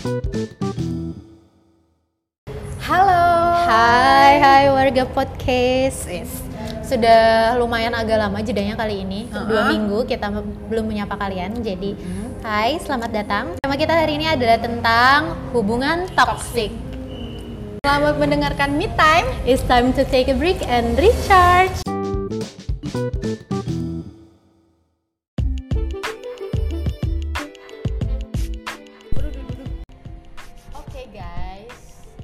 Halo. Hai warga podcast. Sudah lumayan agak lama jedanya kali ini. 2 minggu kita belum menyapa kalian. Jadi, hai, selamat datang. Tema kita hari ini adalah tentang hubungan toxic. Selamat mendengarkan Me Time. It's time to take a break and recharge. Oke guys.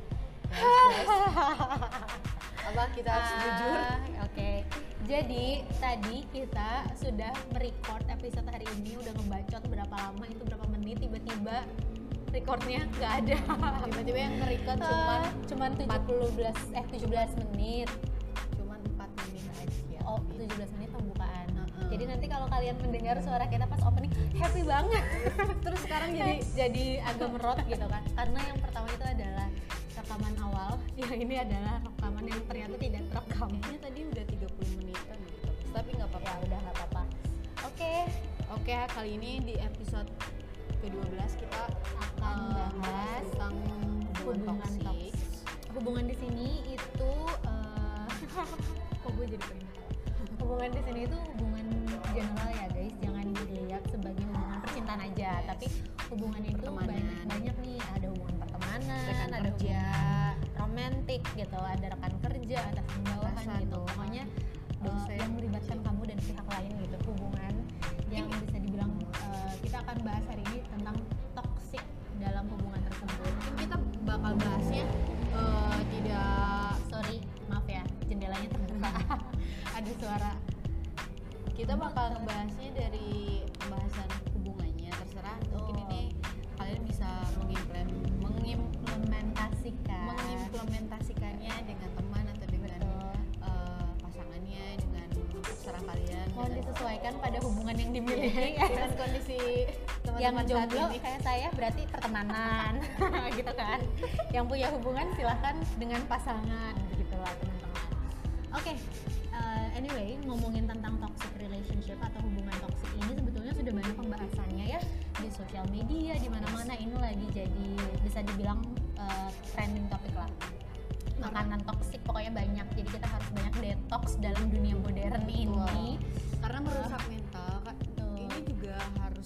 Apa kita harus jujur? Oke. Jadi tadi kita sudah merecord episode hari ini, udah ngebacot berapa lama itu, berapa menit, tiba-tiba recordnya nggak ada. Tiba-tiba yang nge-record cuman 17 menit. Cuman 4 menit aja. Oh, 17 menit pembukaan. Jadi nanti kalau kalian mendengar suara kita pas opening happy banget. Terus sekarang jadi agak merot gitu kan. Karena yang pertama itu adalah rekaman awal, yang ini adalah rekaman yang ternyata tidak terekam. Kayaknya tadi udah 30 menitan gitu. Tapi nggak apa-apa. Ya udah nggak apa-apa. Oke, kali ini di episode ke-12 kita Akan bahas tentang hubungan toksik. Hubungan di sini itu kok gue jadi pengen ketawa. Hubungan di sini itu hubungan general ya guys, jangan dilihat sebagai hubungan percintaan aja, tapi hubungan itu banyak nih, ada hubungan pertemanan, rekan ada kerja, hubungan romantik gitu, ada rekan kerja, atasan bawahan gitu, pokoknya yang melibatkan kamu dan pihak lain gitu, hubungan yang bisa dibilang kita akan bahas hari ini tentang toxic dalam hubungan tersebut. Mungkin kita bakal bahasnya Maaf ya, jendelanya terbuka. Ada suara. Kita bakal ngebahasnya dari pembahasan hubungannya, terserah. Mungkin ini kalian bisa mengimplementasikannya dengan teman atau dengan pasangannya, dengan terserah kalian. Mohon disesuaikan pada hubungan yang dimiliki dengan kondisi yang teman-teman saat jomblo ini. kayak saya berarti pertemanan gitu kan. Yang punya hubungan silahkan dengan pasangan, begitulah teman-teman. Oke, anyway, ngomongin tentang toxic relationship atau hubungan toxic ini sebetulnya sudah banyak pembahasannya ya di sosial media, di mana-mana. Ini lagi jadi bisa dibilang trending topik lah. Makanan toksik pokoknya banyak, jadi kita harus banyak detox dalam dunia modern ini. Karena merusak mental, Kak. Ini juga harus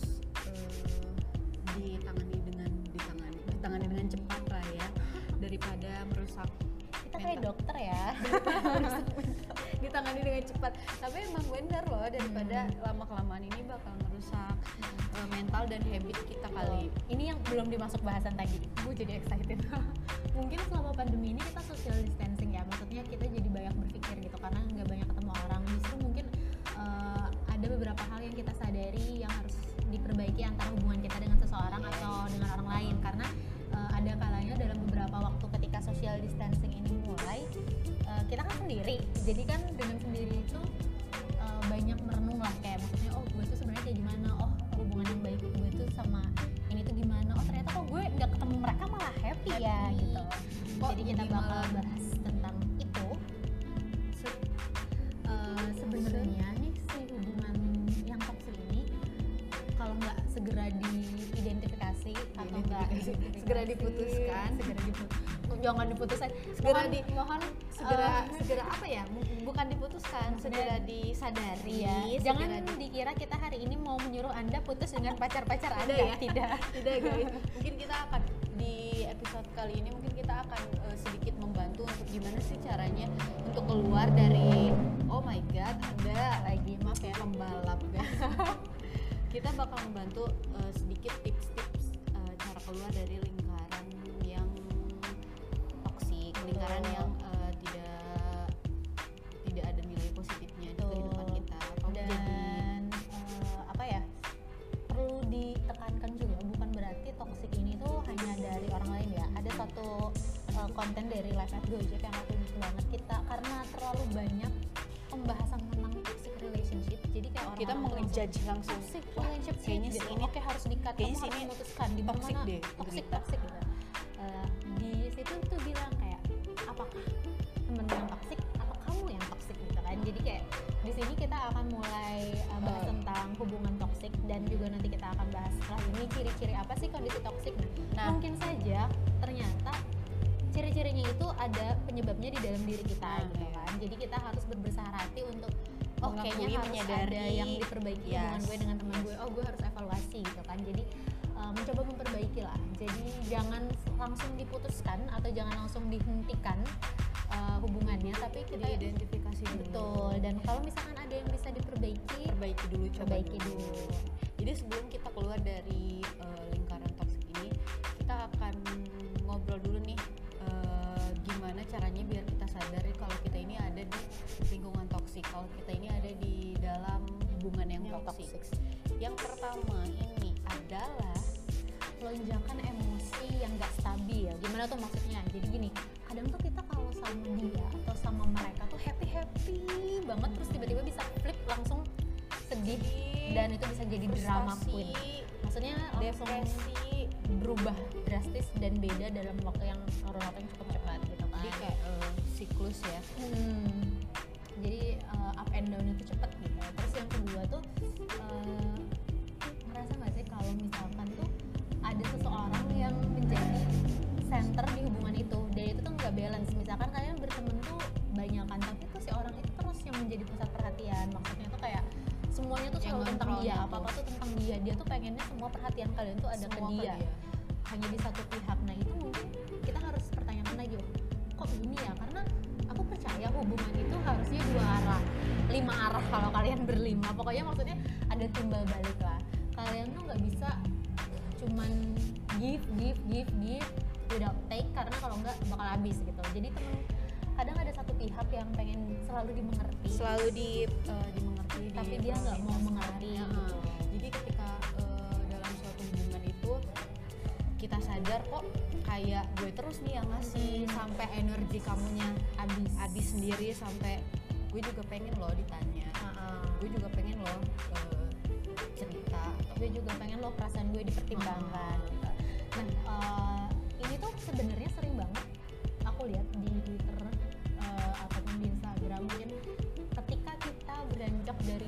ditangani dengan cepat lah ya, daripada merusak Kita kayak dokter ya. ditangani dengan cepat. Tapi emang bener loh, daripada lama-kelamaan ini bakal merusak mental dan habit kita kali. Ini yang belum dimasuk bahasan tadi, gue jadi excited. Mungkin selama pandemi ini kita social distancing ya, maksudnya kita jadi banyak berpikir gitu karena nggak banyak ketemu orang. Justru mungkin ada beberapa hal yang kita sadari yang harus diperbaiki antara hubungan kita dengan seseorang atau dengan orang lain, karena ada kalanya dalam beberapa waktu ketika social distancing ini mulai, kita kan sendiri, jadi kan dengan sendiri itu banyak merenung lah, kayak maksudnya gue tuh sebenarnya kayak gimana, hubungan yang baik gue tuh sama ini tuh gimana, ternyata kok gue nggak ketemu mereka malah happy ya gitu. Jadi kita bakal bahas tentang itu. Sebenarnya nih si hubungan yang toksik ini kalau nggak segera diidentifikasi atau nggak segera diputuskan, jangan diputuskan, segera apa ya, bukan diputuskan, segera disadari ya. Jangan dikira kita hari ini mau menyuruh Anda putus dengan pacar-pacar Anda ya. Tidak guys. Mungkin kita akan di episode kali ini sedikit membantu untuk gimana sih caranya untuk keluar dari, oh my god, ada lagi, maaf ya, pembalap guys. Kita bakal membantu sedikit tips-tips cara keluar dari lingkaran yang toksik, lingkaran yang tidak ada nilai positifnya di kehidupan kita. Dan perlu ditekankan juga, bukan berarti toksik ini tuh hanya dari orang lain ya. Ada satu konten dari Life at Gojek yang aku suka banget, kita karena terlalu banyak pembahasan tentang toxic relationship, jadi kayak orang kita mau ngejudge langsung toxic relationship kayaknya gitu. ini Oke, harus di-cut, kayaknya kamu harus sini memutuskan di toxic mana deh, toxic gitu. Di situ tuh bilang kayak, apakah temen yang toxic atau kamu yang toxic gitu kan. Jadi kayak di sini kita akan mulai bahas tentang hubungan toksik, dan juga nanti kita akan bahas setelah ini ciri-ciri apa sih kondisi toksik. Nah, mungkin saja ternyata ciri-cirinya itu ada penyebabnya di dalam diri kita gitu kan. Jadi kita harus berbesar hati untuk kayaknya harus menyadari, ada yang diperbaiki hubungan gue dengan teman gue. Gue harus evaluasi gitu kan. Jadi mencoba memperbaiki lah. Jadi jangan langsung diputuskan atau jangan langsung dihentikan hubungannya, tapi kita identifikasi dulu. Betul. Dan kalau misalkan ada yang bisa diperbaiki, perbaiki dulu, perbaiki dulu. Jadi sebelum kita keluar dari lingkaran toksik ini, kita akan ngobrol dulu nih gimana caranya biar kita sadar kalau kita ini ada di lingkungan toksik, kalau kita ini ada di dalam hubungan yang toksik. Yang pertama ini adalah lonjakan emosi yang gak stabil. Gimana tuh maksudnya? Jadi gini, kadang tuh kita kalau sama dia atau sama mereka tuh happy banget, terus tiba-tiba bisa flip langsung sedih, dan itu bisa jadi drama queen. Maksudnya langsung depresi, berubah drastis dan beda dalam waktu yang cukup cepat gitu kan. Jadi kayak siklus ya. Jadi up and down itu cepat gitu. Terus yang kedua tuh ngerasa nggak sih kalau misalkan tuh ada seseorang yang menjadi center di hubungan itu, dan itu tuh nggak balance. Misalkan kalian berteman tuh banyakan, tapi tuh si orang itu terus yang menjadi pusat perhatian. Maksudnya tuh kayak semuanya tuh selalu tentang dia, apa-apa tuh tentang dia. Dia tuh pengennya semua perhatian kalian tuh ada ke dia, hanya di satu pihak. Nah itu mungkin kita harus pertanyakan lagi, kok begini ya? Karena aku percaya hubungan itu harusnya 2 arah, 5 arah kalau kalian berlima. Pokoknya maksudnya ada timbal balik lah. Kalian tuh nggak bisa cuman give without take, karena kalau nggak bakal habis gitu. Jadi kadang ada satu pihak yang pengen selalu dimengerti, dimengerti, tapi dia nggak mau mengerti gitu. Jadi ketika dalam suatu hubungan itu kita sadar kok kayak gue terus nih yang ngasih, sampai energi kamunya habis sendiri, sampai gue juga pengen loh ditanya, gue juga pengen loh cerita, gue juga pengen loh perasaan gue dipertimbangkan gitu. Nah ini tuh sebenarnya sering banget aku lihat di Twitter ataupun di Instagram. Mungkin ketika kita beranjak dari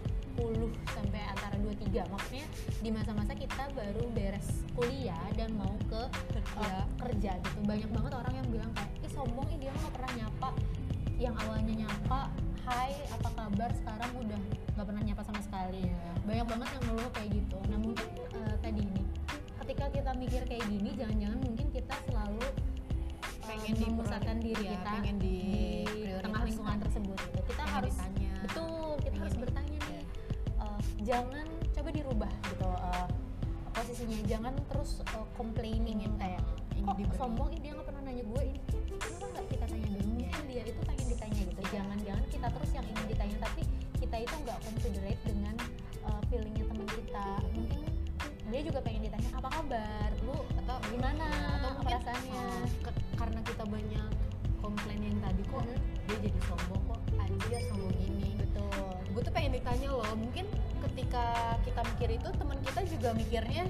20 sampai antara 23, maksudnya di masa-masa kita baru beres kuliah dan mau ke kerja gitu, banyak banget orang yang bilang kayak, ih sombong, dia nggak pernah nyapa. Yang awalnya nyapa, hai apa kabar, sekarang udah nggak pernah nyapa sama sekali. Banyak banget yang ngeluh kayak gitu. Nah mungkin tadi ini ketika kita mikir kayak gini, jangan-jangan mungkin kita selalu pengen memusatkan diri kita di tengah lingkungan tersebut gitu. Kita harus ditanya. Betul, kita harus bertanya nih. Jangan coba dirubah gitu posisinya, jangan terus complaining yang kayak kok sombong, dia nggak pernah nanya gue ini, kenapa nggak kita tanya dulu? Mungkin dia itu pengen ditanya gitu. Jangan kita terus yang ingin ditanya, tapi kita itu nggak considerate dengan feelingnya teman kita. Mungkin dia juga pengen ditanya apa kabar lu, atau gimana, atau perasaannya. Karena kita banyak komplain yang tadi, kok dia jadi sombong, kok anjir sombong gini. Betul. Gue tuh pengen ditanya loh. Mungkin ketika kita mikir itu, teman kita juga mikirnya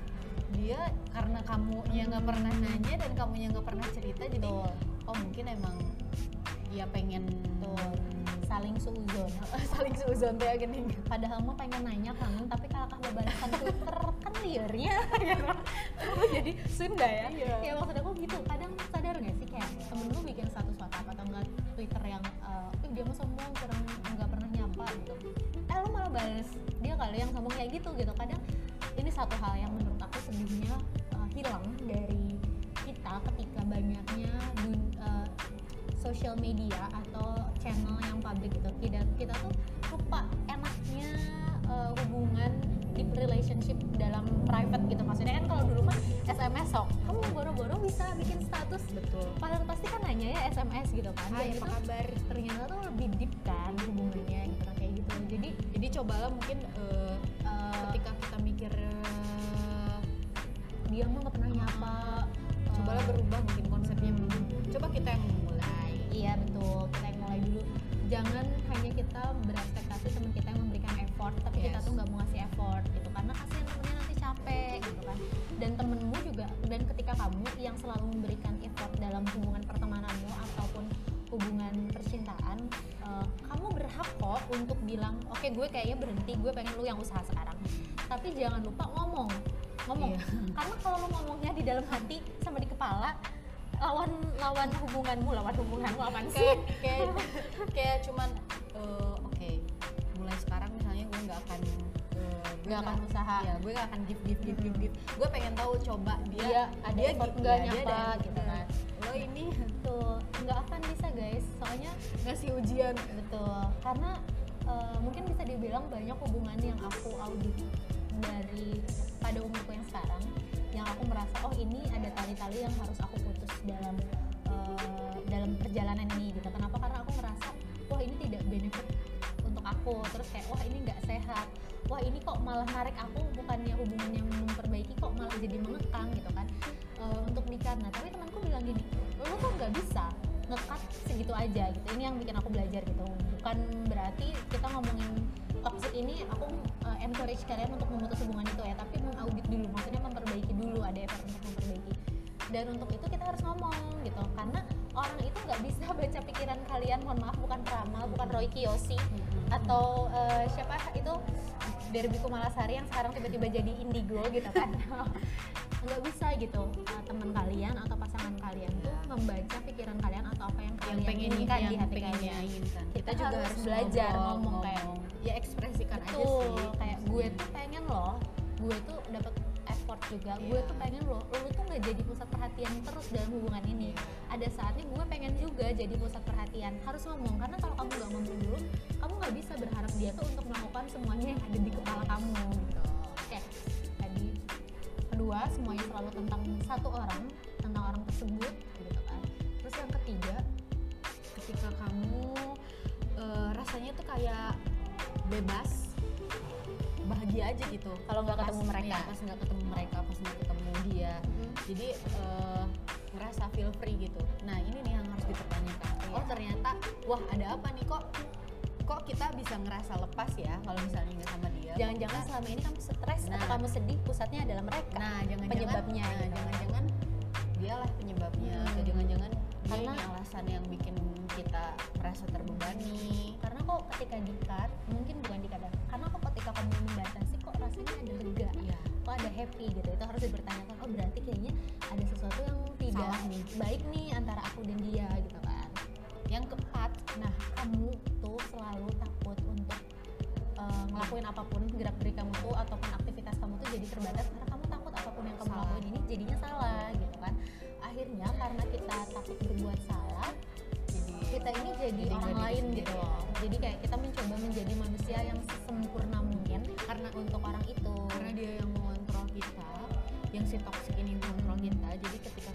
dia karena kamunya nggak pernah nanya dan kamunya nggak pernah cerita, jadi oh mungkin emang dia pengen saling suuzon saling suuzon tuh ya gini. Padahal mah pengen nanya kangen, tapi kalau balasan Twitter kan liarnya jadi Sunda ya. Ya maksud aku gitu. Kadang sadar nggak sih kayak temen lu bikin status WhatsApp atau enggak Twitter yang dia mah sombong, kurang nggak pernah nyapa gitu, lu malah balas dia kali yang sombong kayak gitu. Kadang ini satu hal yang menurut aku sedihnya hilang dari kita ketika banyaknya social media atau channel yang public gitu. Kita tuh lupa enaknya hubungan deep relationship dalam private gitu. Maksudnya kan kalau dulu kan SMS sok, kamu boro-boro bisa bikin status. Betul. Padahal pasti kan nanya ya SMS gitu kan. Hai, apa kabar? Ternyata tuh lebih deep kan hubungannya gitu kan, kayak gitu. Jadi cobalah mungkin ketika kita mikir dia mah nggak pernah nyapa, cobalah berubah mungkin konsepnya. Coba kita yang mulai. Iya betul, kita yang mulai dulu. Jangan hanya kita berekspektasi teman kita yang memberikan effort, tapi kita tuh nggak mau ngasih effort gitu, karena kasihan temennya nanti capek gitu kan. Dan temenmu juga, dan ketika kamu yang selalu memberikan effort dalam hubungan pertemananmu ataupun hubungan percintaan, kamu berhak kok untuk bilang, oke, gue kayaknya berhenti, gue pengen lu yang usaha sekarang. Tapi jangan lupa ngomong. Karena kalau lo ngomongnya di dalam hati sama di kepala, lawan hubunganmu apaan sih? Kayak cuman oke, mulai sekarang misalnya gue nggak akan Nggak akan usaha. ya gue nggak akan give. Gue pengen tahu coba dia ada effort nggak nyapa gitu kan. Lo ini Betul, nggak akan bisa guys, soalnya ngasih ujian. betul, karena mungkin bisa dibilang banyak hubungan yang aku audit dari pada umurku yang sekarang, yang aku merasa oh ini ada tali-tali yang harus aku putus dalam perjalanan ini gitu. Kenapa? Karena aku merasa wah ini tidak benefit untuk aku, terus kayak wah ini nggak sehat, wah ini kok malah narik aku, bukannya hubungan yang memperbaiki kok malah jadi mengekang gitu kan untuk nikah. Nah tapi temanku bilang gini, lo tuh nggak bisa ngekat segitu aja gitu. Ini yang bikin aku belajar gitu. Bukan berarti kita ngomongin toxic ini aku encourage kalian untuk memutus hubungan itu ya, tapi mengaudit dulu, maksudnya memperbaiki dulu, ada effort untuk memperbaiki. Dan untuk itu kita harus ngomong gitu, karena orang itu nggak bisa baca pikiran kalian. Mohon maaf, bukan peramal, bukan Roy Kiyoshi atau siapa itu Derby Kumalasari yang sekarang tiba-tiba jadi indigo gitu kan. Nggak bisa gitu teman kalian atau pasangan kalian tuh membaca pikiran kalian atau apa yang kalian inginkan di hati kalian. Kita juga harus belajar ngomong kayak ya ekspresikan aja betul, sih. kayak gue tuh pengen loh, gue tuh dapat effort juga, gue tuh pengen loh, lu tuh nggak jadi pusat perhatian terus dalam hubungan ini. Ada saatnya gue pengen juga jadi pusat perhatian. Harus ngomong, karena kalau kamu nggak ngomong dulu, kamu nggak bisa berharap dia tuh untuk melakukan semuanya yang ada di kepala kamu gitu. Oke, tadi kedua, semuanya selalu tentang satu orang, tentang orang tersebut gitu kan. Terus yang ketiga, Ketika kamu rasanya tuh kayak bebas, bahagia aja gitu kalau nggak ketemu Pas- mereka. ya, pas nggak ketemu mereka, pas nggak ketemu dia, jadi ngerasa feel free gitu. Nah ini nih yang harus dipertanyakan. Oh ternyata wah ada apa nih, kok kita bisa ngerasa lepas ya kalau misalnya nggak sama dia. Jangan-jangan selama ini kamu stres atau kamu sedih, pusatnya adalah mereka. Nah jangan-jangan penyebabnya gitu. jangan-jangan dialah penyebabnya, atau jangan-jangan dia Karena- ini alasan yang bikin kita merasa terbebani. Karena kok ketika di-cut, mungkin bukan di-cut ya, karena kok ketika kamu membatasi kok rasanya ada lega, Iya. kok ada happy gitu. Itu harus dipertanyakan. Oh berarti kayaknya ada sesuatu yang tidak Salah nih. baik nih antara aku dan dia gitu kan. Yang keempat, Nah kamu tuh selalu takut untuk ngelakuin apapun, gerak-gerik kamu tuh ataupun aktivitas kamu tuh jadi terbatas karena kamu takut apapun yang kamu Salah. lakuin ini jadinya salah gitu kan. Akhirnya karena kita takut berbuat salah, kita ini jadi orang jadi lain sendiri. gitu loh. Jadi kayak kita mencoba menjadi manusia yang sempurna mungkin karena untuk orang itu. karena dia yang mengontrol kita, yang si toxic ini mengontrol kita. Jadi ketika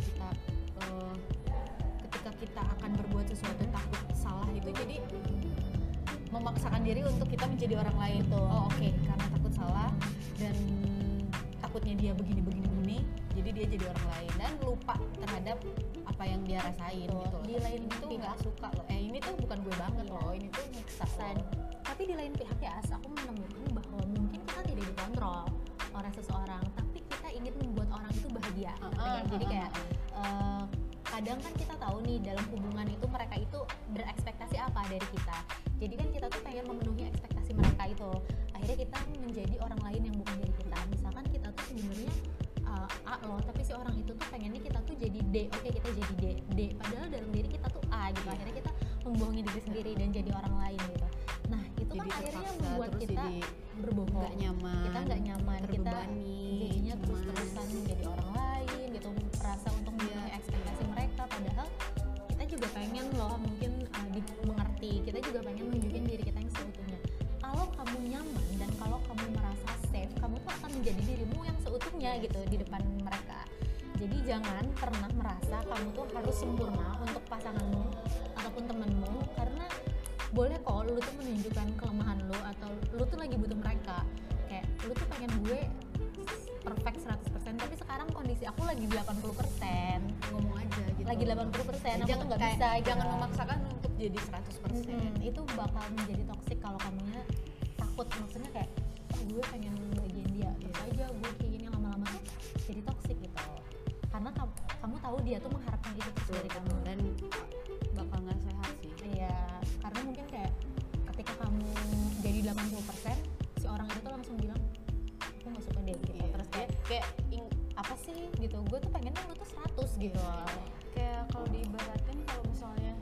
kita akan berbuat sesuatu takut salah itu, jadi memaksakan diri untuk kita menjadi orang lain. Betul. Oh oke, karena takut salah dan takutnya dia begini, jadi dia jadi orang lain dan lupa terhadap apa yang dia rasain Betul. gitu. Di lain ini tuh pihak. nggak suka loh. Ini tuh bukan gue banget Iya. loh. Ini tuh nyiksa Dan loh. tapi di lain pihak ya aku menemukan bahwa mungkin kita tidak dikontrol oleh seseorang, tapi kita ingin membuat orang itu bahagia. Ngerti nggak? Jadi kayak kadang kan kita tahu nih dalam hubungan itu mereka itu berekspektasi apa dari kita. Jadi kan kita tuh pengen memenuhi ekspektasi mereka itu. Akhirnya kita menjadi orang lain yang bukan diri kita. Misalkan kita tuh sebenarnya A loh, tapi si orang itu tuh pengennya kita tuh jadi D. Oke, kita jadi D. Padahal dalam diri kita tuh A gitu. Iya. Akhirnya kita membohongi diri sendiri dan jadi orang lain gitu. Nah, itu Jadi kan akhirnya terpaksa, membuat terus kita jadi berbohong. nggak nyaman, Kita nggak nyaman, terbebani, kita jadinya cemas. terus-terusan menjadi orang lain gitu, merasa untuk memenuhi ekspektasi mereka, padahal kita juga pengen loh mungkin mengerti, kita juga pengen nunjukin diri kita yang seutuhnya. Kalau kamu nyaman dan kalau kamu merasa safe, kamu tuh akan menjadi dirimu yang seutuhnya gitu di depan mereka. Jadi jangan pernah merasa kamu tuh harus sempurna untuk pasanganmu ataupun temanmu, karena boleh kok lu tuh menunjukkan kelemahan lu atau lu tuh lagi butuh mereka. Kayak lu tuh pengen gue perfect 100%, tapi sekarang kondisi aku lagi 80%. Ngomong aja gitu. Lagi 80%, aku tuh nggak kayak bisa gitu. jangan memaksakan untuk jadi 100%. Itu bakal menjadi toksik kalau kamunya takut, maksudnya kayak oh, gue pengen bagian dia terus aja gue kayak gini, lama-lama tuh jadi toksik gitu karena kamu tahu dia tuh mengharapkan itu terus dari kamu. Dan bakal nggak sehat sih. Iya, karena mungkin kayak ketika kamu jadi 80%, si orang itu tuh langsung bilang aku nggak suka deh gitu. Iya. Terus kayak kayak apa sih gitu, gue tuh pengennya lu tuh 100 gitu. Kayak kalau diibaratin kalau misalnya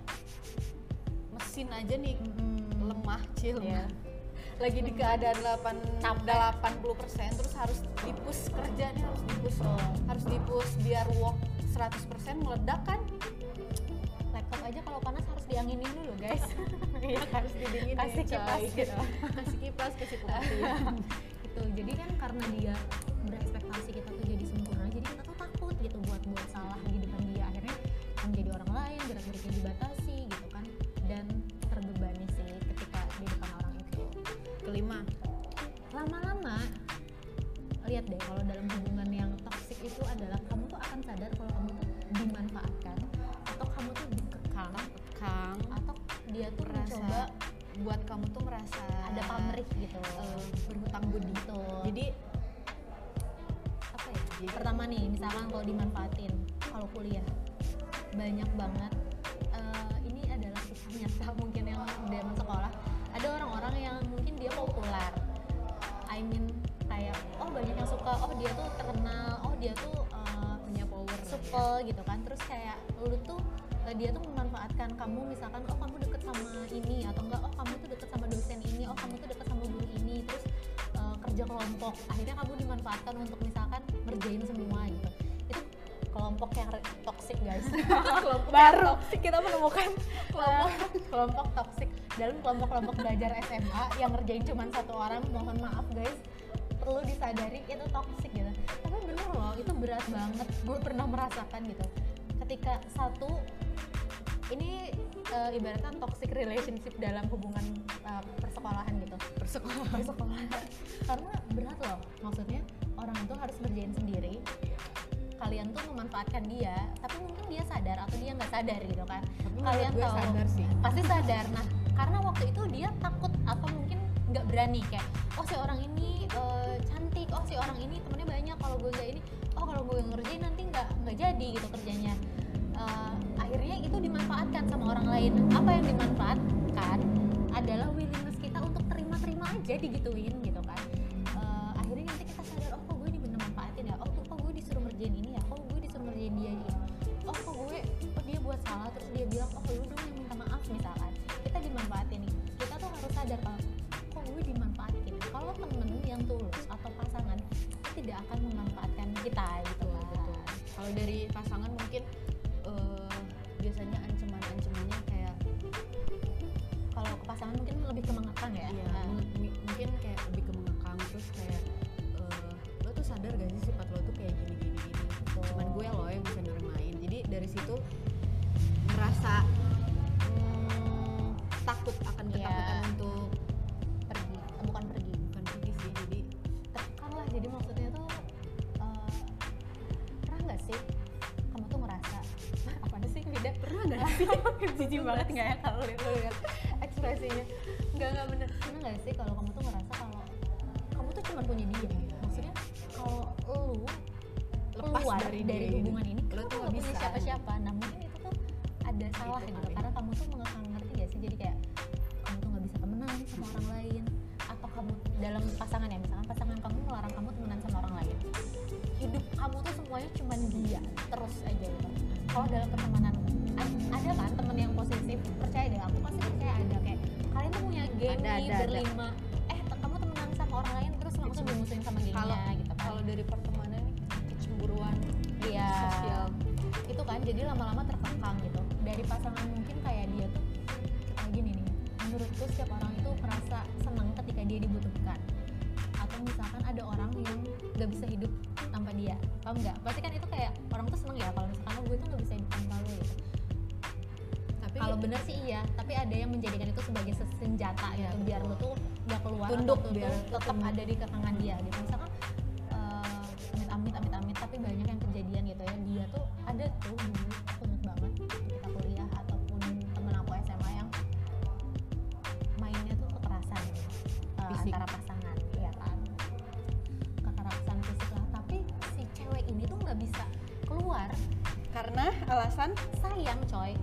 mesin aja nih lemah Iya. lagi di keadaan 80% terus harus di-push kerja nih, harus di-push biar work 100% meledak kan. Laptop aja kalau panas harus dianginin dulu guys. Iya, harus didinginin, kasih kipas coy. gitu. Kasih kipas, kasih pengertian. Gitu. Jadi kan karena dia berekspektasi kita tuh jadi sempurna, jadi kita tuh takut gitu buat salah di depan dia, akhirnya menjadi orang lain, gerak-geriknya dibatasi gitu kan, dan terbebani sih ketika di depan orang itu. Kelima, Lama-lama lihat deh, kalau dalam hubungan yang toksik itu adalah kamu tuh akan sadar kalau kamu tuh dimanfaatkan, atau kamu tuh dikekang, atau dia tuh mencoba buat kamu tuh merasa ada pamrih gitu, berhutang budi. Betul. Jadi apa ya? Pertama nih, misalkan kalau dimanfaatin, kalau kuliah banyak banget. Ini adalah kisah nyata mungkin yang zaman sekolah. Ada orang-orang yang mungkin dia populer. I mean kayak banyak yang suka, dia tuh terkenal, dia tuh punya power, supel gitu kan. Terus kayak lu tuh dia tuh memanfaatkan kamu, misalkan kamu deket sama ini, atau enggak kamu tuh deket sama dosen ini, kamu tuh deket sama guru ini, terus kerja kelompok, akhirnya kamu dimanfaatkan untuk misalkan ngerjain semua gitu. Itu kelompok yang toksik guys. kelompok Baru toksik. kita menemukan kelompok toksik dalam kelompok-kelompok belajar SMA yang ngerjain cuma satu orang. Mohon maaf guys, perlu disadari itu toksik gitu. Tapi bener loh, itu berat banget, gue pernah merasakan gitu. Ketika satu ini ibaratnya toxic relationship dalam hubungan persekolahan gitu. Persekolahan. Karena berat loh, maksudnya orang itu harus ngerjain sendiri, kalian tuh memanfaatkan dia, tapi mungkin dia sadar atau dia nggak sadar gitu kan. Tapi Kalian gue tahu sadar sih. pasti sadar. Nah, karena waktu itu dia takut atau mungkin nggak berani, kayak si orang ini cantik, si orang ini temennya banyak, kalau gue nggak ini, kalau gue ngerjain nanti nggak jadi gitu kerjanya. Akhirnya itu dimanfaatkan sama orang lain. Apa yang dimanfaatkan adalah willingness kita untuk terima aja digituin gitu kan. Akhirnya nanti kita sadar, kok gue ini bener manfaatin ya, kok gue disuruh ngerjain ini ya, kok gue disuruh ngerjain dia ini, kok dia buat salah terus dia bilang lu dong yang minta maaf misalkan. Kita dimanfaatin nih, kita tuh harus sadar kalau kok gue dimanfaatin. Kalau temen yang tulus atau pasangan tidak akan memanfaatkan kita gitu lah. Kalau dari pasangan mungkin biasanya ancaman-ancamannya kayak, kalau ke pasangan mungkin lebih ke mengekang ya. iya, mungkin kayak lebih ke mengekang, terus kayak lo tuh sadar gak sih sifat lo tuh kayak gini. Cuman gue loh yang bisa nerimain. Jadi dari situ merasa takut, akan ketakutan untuk pergi, bukan pergi sih. Jadi terkekang lah. Jadi maksudnya tuh pernah nggak sih kamu tuh ngerasa apa sih beda? Pernah nggak sih? Jijik banget nggak ya kalau lihat ekspresinya? Nggak bener. Pernah nggak sih kalau kamu tuh ngerasa kalau kamu tuh cuma punya dia? Maksudnya kalau lu lepas keluar dari dari dia hubungan ini, lo kamu tuh nggak punya bisa. siapa-siapa. Nah mungkin itu tuh ada salah Itu gitu, kali. karena kamu tuh mengekang, ngerti gak sih? Jadi kayak kamu tuh nggak bisa temenan sama orang lain, atau kamu dalam pasangan ya, misalkan pasangan kamu melarang kamu temenan sama orang lain, hidup kamu tuh semuanya cuma dia terus aja gitu. Kalau dalam pertemanan ada kan temen yang posesif, percaya deh, aku pasti percaya ada, kayak kalian tuh punya geng nih Ada. berlima, kamu temenan sama orang lain terus langsung dimusuhin sama gengnya gitu kan. Kalau dari pertemanan nih kecemburuan Iya, sosial itu kan jadi lama-lama terkekang gitu dari pasangan. Mungkin kayak dia tuh kayak gini nih, menurutku setiap orang itu merasa senang ketika dia dibutuhkan, atau misalkan ada orang yang gak bisa hidup tanpa dia, paham nggak? Pasti kan itu kayak orang tuh seneng ya kalau misalkan gue tuh gak bisa hidup tanpa lo gitu. tapi Kalau benar sih iya, tapi ada yang menjadikan itu sebagai senjata gitu, biar lo tuh gak keluar, Tunduk, atau biar tuh tetap tunduk. ada di kekangan dia gitu. Misalkan amit-amit tapi banyak yang kejadian gitu ya. Dia tuh ada tuh dulu, aku inget banget kita kuliah ataupun temen aku SMA yang mainnya tuh kekerasan Fisik. antara pasangan, ya kan, kekerasan fisik lah. Tapi si cewek ini tuh nggak bisa keluar, karena alasan sayang coy.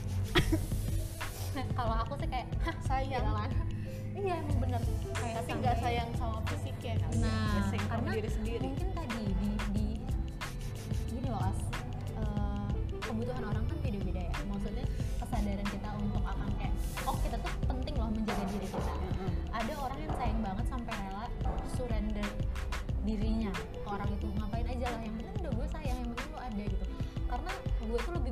Kalau aku sih kayak sayang, iya emang bener kayak tapi nggak sayang sama fisiknya kan. Nah, Sayang sama karena diri sendiri. mungkin tadi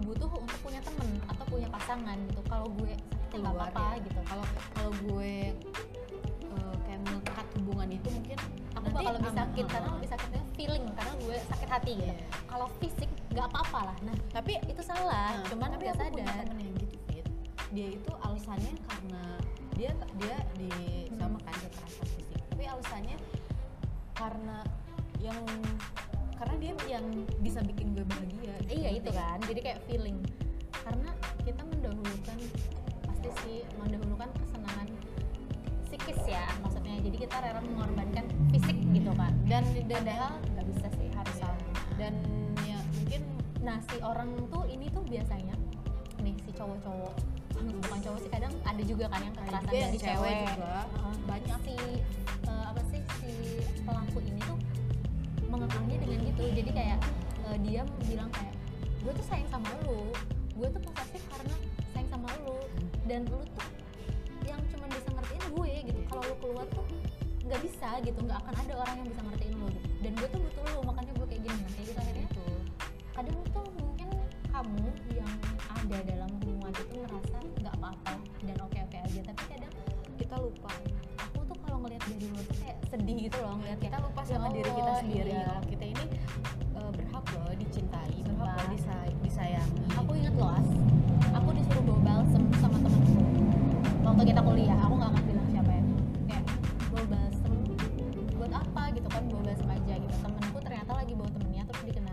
butuh untuk punya temen atau punya pasangan gitu. Kalau gue sakit nggak Keluar apa-apa ya. gitu. Kalau gue kayak melekat hubungan itu mungkin Aku nanti bakal lebih aman. sakit karena lebih sakitnya feeling, karena gue sakit hati gitu. Iya. Kalau fisik nggak apa-apa lah. Nah Tapi itu salah, cuman tapi nggak aku punya sadar. temen yang gitu Fit. Dia itu alasannya karena dia di sama kan kekerasan fisik, tapi alasannya karena dia yang bisa bikin gue bahagia gitu. Iya itu kan, jadi kayak feeling. Karena kita mendahulukan, pasti sih mendahulukan kesenangan psikis ya maksudnya. Jadi kita rela mengorbankan fisik gitu kan. dan Padahal nggak bisa sih, harus iya. sama. Dan ya mungkin Nah si orang tuh ini tuh biasanya nih si cowok-cowok bukan cowok sih, kadang ada juga kan yang kekerasan juga yang dari cewek cewek juga. banyak si apa sih si pelaku ini tuh mengekalnya dengan gitu. Jadi kayak dia bilang kayak gue tuh sayang sama lu, gue tuh posesif karena sayang sama lu, dan lu tuh yang cuma bisa ngertiin gue gitu. Kalau lu keluar tuh nggak bisa gitu, nggak akan ada orang yang bisa ngertiin lu gitu. Dan gue tuh butuh lu, makanya gue kayak gini. Nah kayak gitu akhirnya itu kadang tuh mungkin kamu yang ada dalam hubungan itu ngerasa nggak apa-apa dan oke-oke aja, tapi kadang kita lupa, aku tuh kalau ngelihat dari luar tuh kayak sedih gitu loh, ngelihat kita kayak lupa ya sama diri kita Allah, sendiri iya. kalau kita ini berhak loh dicintai, berhak Sumpah. loh disayangi. Aku inget loh As, aku disuruh bawa balsem sama temanku waktu kita kuliah. Aku nggak akan bilang siapa ya, kayak bawa balsem buat apa gitu kan, bawa balsem aja gitu. Temenku ternyata lagi bawa temennya, terus dikena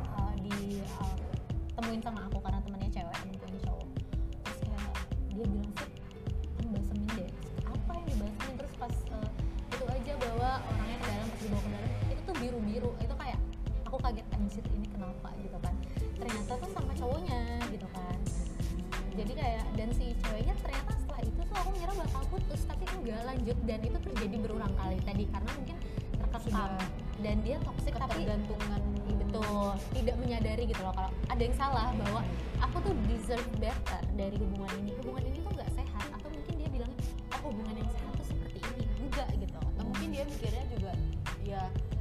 temuin sama aku karena temennya cewek, temenku ini cowok. Terus kayak dia bilang sih kamu balsemin deh. Apa yang dibalsemin? Terus pas itu aja bawa orangnya ke dalam, pas dibawa ke dalam itu tuh biru-biru. Itu kayak aku kaget, anjir ini kenapa gitu kan. Ternyata tuh sama cowoknya gitu kan. Jadi kayak, dan si ceweknya ternyata setelah itu tuh aku ngira bakal putus, tapi enggak, lanjut. Dan itu terjadi berulang kali tadi karena mungkin terkekang Sudah dan dia toksik, tapi ketergantungan. betul tidak menyadari gitu loh kalau ada yang salah, bahwa aku tuh deserve better dari hubungan ini tuh nggak sehat. Atau mungkin dia bilangnya oh hubungan yang sehat tuh seperti ini, enggak gitu. Atau mungkin dia mikirnya juga ya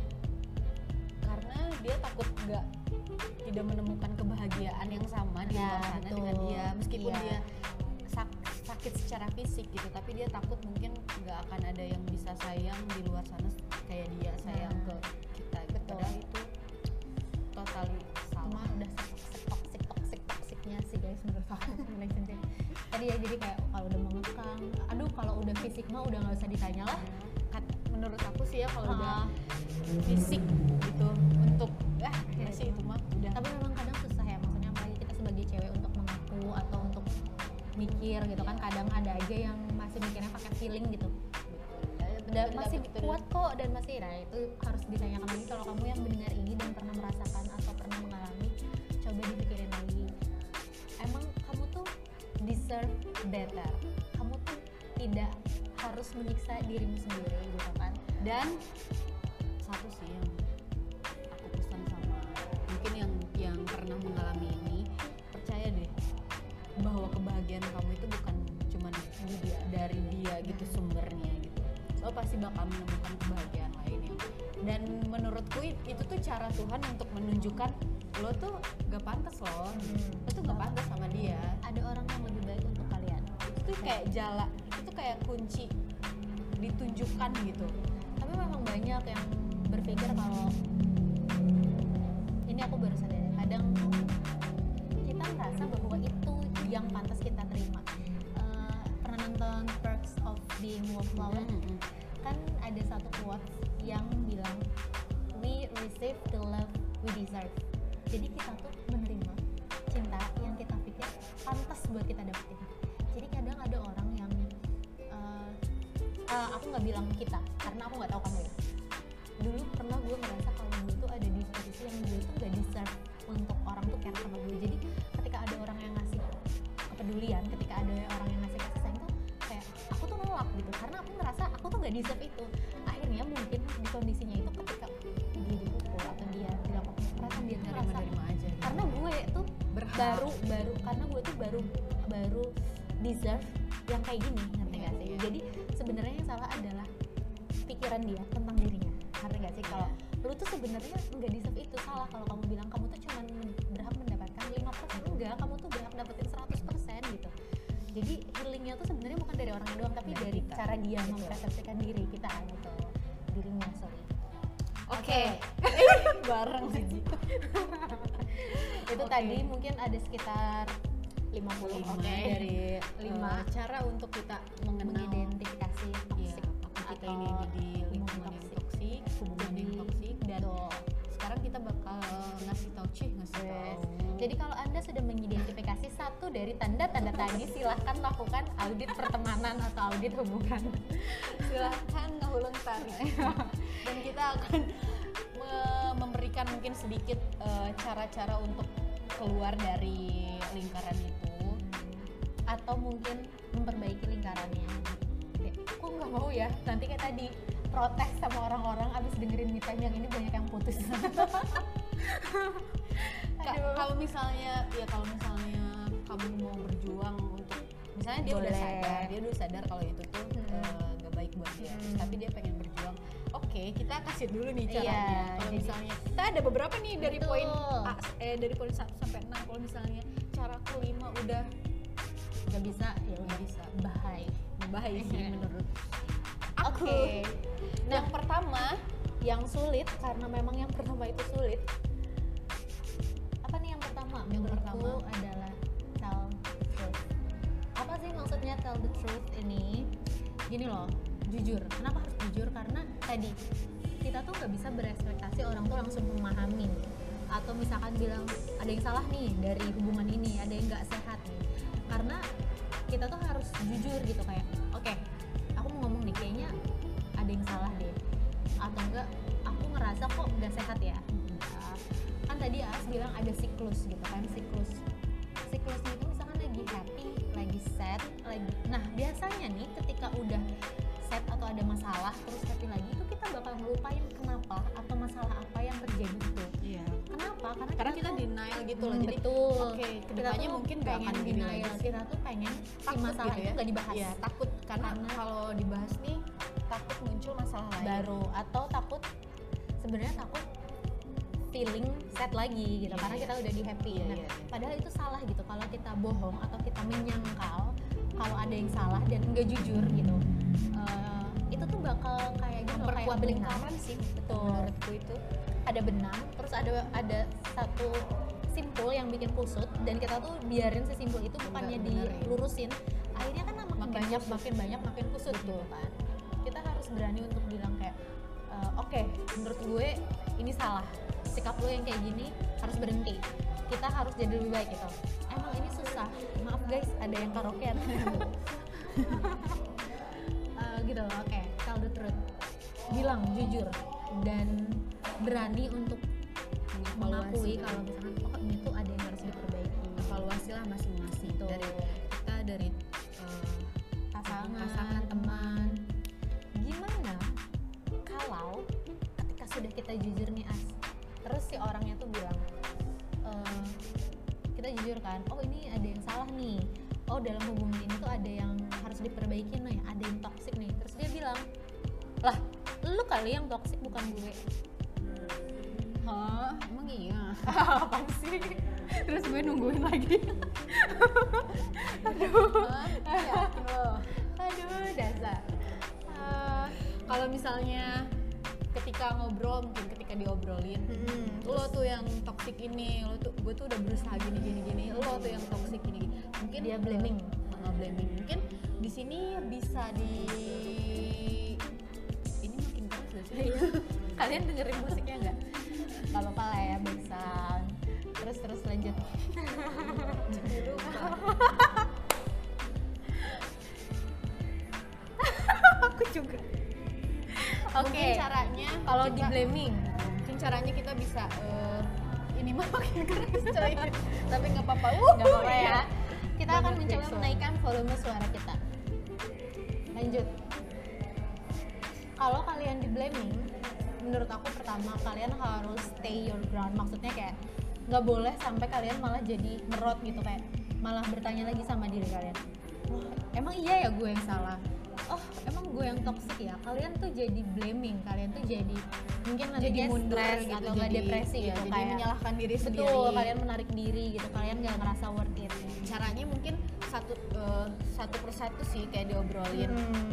karena dia takut tidak menemukan kebahagiaan yang sama di Ya, luar sana betul. dengan dia, meskipun Iya. dia sakit secara fisik gitu, tapi dia takut mungkin nggak akan ada yang bisa sayang di luar sana kayak dia sayang ke kita gitu. Betul. Padahal itu totally Cuma salah. udah toksiknya sih guys menurut aku relationship tadi ya. Jadi kayak kalau udah mengekang, aduh kalau udah fisik mah udah nggak usah ditanya lah. Menurut aku sih ya kalau udah Ah. fisik gitu untuk ya sih itu mah udah. Tapi memang kadang susah ya, maksudnya apalagi kita sebagai cewek untuk mengaku atau untuk mikir gitu kan. Kadang ada aja yang masih mikirnya pakai feeling gitu. Dan masih kuat kok dan masih, nah itu harus ditanyakan lagi. Kalau kamu yang mendengar ini dan pernah merasakan atau pernah mengalami, coba dipikirin lagi. Emang kamu tuh deserve better. Kamu tuh tidak harus menyiksa dirimu sendiri gitu kan. Dan satu sih yang aku pesan sama mungkin yang pernah mengalami ini, percaya deh bahwa kebahagiaan kamu itu bukan cuman dari dia gitu sumbernya gitu. Lo pasti bakal menemukan kebahagiaan lainnya. Dan menurutku itu tuh cara Tuhan untuk menunjukkan lo tuh gak pantas loh. Lo tuh gak pantas sama dia. Ada orang yang lebih baik untuk kalian. Itu kayak jala, itu kayak kunci ditunjukkan gitu. Tapi memang banyak yang berpikir kalau ini, aku baru sadar kadang kita merasa bahwa itu yang pantas kita terima. Pernah nonton Perks of Being Wallflower? Kan ada satu quote yang bilang we receive the love we deserve. Jadi kita tuh menerima cinta yang kita pikir pantas buat kita dapetin. Jadi kadang ada orang yang aku nggak bilang kita karena aku nggak tahu kamu ya. Dulu pernah gue merasa kalau gue tuh ada di posisi yang gue tuh nggak deserve untuk orang tuh care sama gue. Jadi ketika ada orang yang ngasih kepedulian, ketika ada orang yang ngasih kasih sayang tuh kayak aku tuh nolak gitu karena aku ngerasa aku tuh nggak deserve itu. Akhirnya mungkin di kondisinya itu ketika dia dipukul atau dia dilakukan kekerasan, dia tuh merasa Menerima aja gitu. karena gue tuh Berhak. baru karena gue tuh baru deserve yang kayak gini, ngerti gak sih? Iya. Jadi sebenarnya yang salah adalah pikiran dia tentang dirinya, ngerti gak sih? Kalau lu tuh sebenarnya nggak deserve itu, salah kalau kamu bilang kamu tuh cuma berhak mendapatkan 5%. Enggak, kamu cara dia Betul. mempersepsikan diri kita gitu, dirinya sorry. Oke. Bareng sih. Itu Oke. tadi mungkin ada sekitar 50 5 oke. dari Lima. cara untuk kita mengenal Mengidentifikasi ya, toxic apakah kita ini atau di lingkungan yang toksik, hubungan yang toksik, dan Betul. sekarang kita bakal ngasih tahu Yes. tahu. Jadi kalau Anda sudah mengidentifikasi satu dari tanda-tanda tadi, silahkan lakukan audit pertemanan atau audit hubungan. Silahkan ngehulung tarik. Dan kita akan memberikan mungkin sedikit cara-cara untuk keluar dari lingkaran itu. Atau mungkin memperbaiki lingkarannya. Aku nggak mau ya, nanti kayak tadi protes sama orang-orang abis dengerin me time yang ini banyak yang putus. Aduh. Kalau misalnya kamu mau berjuang untuk misalnya dia Boleh. udah sadar kalau itu tuh gak baik buat dia, terus tapi dia pengen berjuang. Oke, kita kasih dulu nih caranya. Iya, Kalau jadi- misalnya kita ada beberapa nih dari Betul. poin dari poin 1 sampai 6. Kalau misalnya cara kelima udah Nggak bisa, ya udah bisa. bahaya. bahaya sih menurut aku. Oke. Yang pertama, Yang sulit karena memang yang pertama itu sulit. Apa nih yang pertama? Yang Menurutku pertama adalah tell the truth. Apa sih maksudnya tell the truth ini? Gini loh, jujur. Kenapa harus jujur? Karena tadi kita tuh nggak bisa berekspektasi orang tuh langsung memahami, atau misalkan bilang ada yang salah nih dari hubungan ini, ada yang nggak sehat nih. Karena kita tuh harus jujur gitu, kayak oke, aku mau ngomong nih, kayaknya ada yang salah deh, atau enggak aku ngerasa kok nggak sehat ya. Kan tadi As bilang ada siklus gitu kan, siklusnya itu misalkan lagi happy, lagi sad, lagi, nah biasanya nih ketika udah sad atau ada masalah terus happy lagi, itu kita bakal ngelupain kenapa atau masalah apa yang terjadi itu. Iya. Kenapa? Karena kita denial gitu loh. Jadi betul. oke, Kita kedepannya tuh mungkin gak pengen akan gini denial, lagi. kita tuh pengen si Takut masalah gitu itu nggak dibahas. Iya, takut karena kalau dibahas nih takut muncul masalah lain. Baru, atau takut, sebenarnya takut feeling sad lagi gitu, Iya, karena iya. kita udah di happy. Iya, Nah, iya, iya. padahal itu salah gitu kalau kita bohong atau kita menyangkal kalau ada yang salah dan nggak jujur gitu. Itu tuh bakal kayak gitu loh, kayak Memperkuat benang. lingkaran sih. Betul. Menurutku itu. Ada benang, terus ada satu simpul yang bikin kusut, dan kita tuh biarin si simpul itu bukannya benar ya. dilurusin, akhirnya kan makin Makin banyak makin kusut gitu kan. Kita harus berani untuk bilang kayak oke, menurut gue ini salah, sikap lo yang kayak gini harus berhenti, kita harus jadi lebih baik gitu. Emang ini susah, maaf guys, ada yang karaokean. Gitu loh. Oke, tell the truth, bilang jujur dan berani untuk mengakui kalau misalkan oh ini tuh ada yang harus diperbaiki. Evaluasi lah masing-masing Betul. dari pasangan, teman. Gimana kalau ketika sudah kita jujur nih As, terus si orangnya tuh bilang kita jujur kan, oh ini ada yang salah nih, oh dalam hubungan ini tuh ada yang harus diperbaiki nih, ada yang toksik nih. Terus dia bilang, lah lu kali yang toksik bukan gue. Hah, emang iya. Apa sih? Terus gue nungguin lagi. Hah? Yakin lo? Aduh, dasar. Kalau misalnya ketika ngobrol, mungkin ketika diobrolin, lo tuh yang toksik ini, gue tuh udah berusaha gini, lo tuh yang toksik ini. Mungkin Dia blaming. Blaming. Mungkin di sini bisa ini makin keras gak sih? Kalian dengerin musiknya nggak? Gak apa-apa lah ya, back sound. Terus lanjut. Jadi lupa. Aku juga. Mungkin caranya kalau di kita- blaming, mungkin caranya kita bisa ini mah makin keras coy. Tapi nggak apa-apa. nggak apa-apa ya. Iya. Kita akan Banget mencoba backsound. menaikkan volume suara kita. Lanjut. Kalau kalian di blaming, menurut aku pertama kalian harus stay your ground. Maksudnya kayak nggak boleh sampai kalian malah jadi merot gitu, kayak malah bertanya lagi sama diri kalian. Wah, emang iya ya gue yang salah? Oh, emang gue yang toxic ya? Kalian tuh jadi blaming, kalian tuh jadi mungkin nanti Jadi mundur stres gitu, atau nggak jadi- depresi iya, gitu, jadi kayak menyalahkan diri sendiri. betul, kalian menarik diri gitu, kalian nggak ngerasa worth it. Caranya mungkin satu persatu sih kayak diobrolin.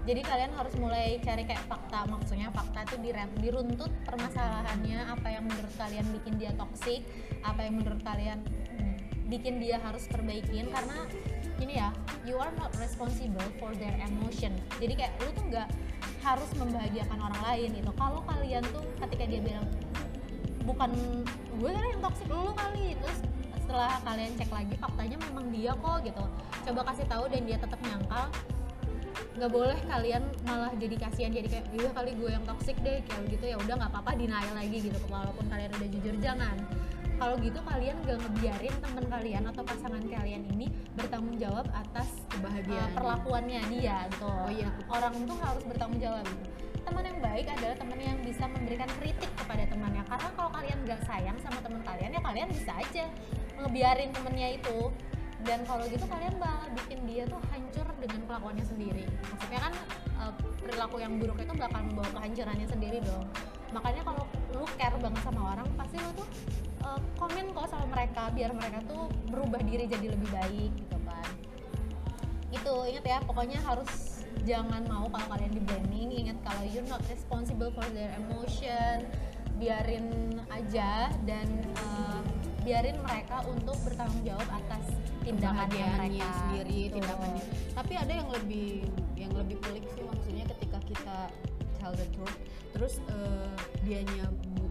Jadi kalian harus mulai cari kayak fakta, maksudnya fakta itu diruntut permasalahannya, apa yang menurut kalian bikin dia toksik, apa yang menurut kalian bikin dia harus perbaikin. Karena ini ya, you are not responsible for their emotion. Jadi kayak lu tuh nggak harus membahagiakan orang lain gitu. Kalau kalian tuh ketika dia bilang bukan gue kali yang toksik, lu kali, terus setelah kalian cek lagi faktanya memang dia kok gitu, coba kasih tahu dan dia tetap nyangkal, nggak boleh kalian malah jadi kasihan, jadi kayak iya kali gue yang toksik deh kayak gitu. Ya udah nggak apa-apa, denial lagi gitu walaupun kalian udah jujur. Jangan, kalau gitu kalian gak ngebiarin teman kalian atau pasangan kalian ini bertanggung jawab atas kebahagiaan perlakuannya dia gitu. Oh iya, orang tuh harus bertanggung jawab gitu. Teman yang baik adalah teman yang bisa memberikan kritik kepada temannya, karena kalau kalian gak sayang sama teman kalian ya kalian bisa aja ngebiarin temennya itu, dan kalau gitu kalian bakal bikin dia tuh hancur dengan kelakuannya sendiri. Maksudnya kan perilaku yang buruk itu bakal membawa kehancurannya sendiri dong. Makanya kalau lu care banget sama orang, pasti lu tuh komen kok sama mereka biar mereka tuh berubah diri jadi lebih baik gitu kan. Itu ingat ya, pokoknya harus jangan mau kalau kalian di blaming. Ingat kalau you're not responsible for their emotion, biarin aja dan biarin mereka untuk bertanggung jawab atas tindakannya mereka sendiri, gitu. tindakannya. Tapi ada yang lebih pelik sih, maksudnya ketika kita tell the truth, terus dianya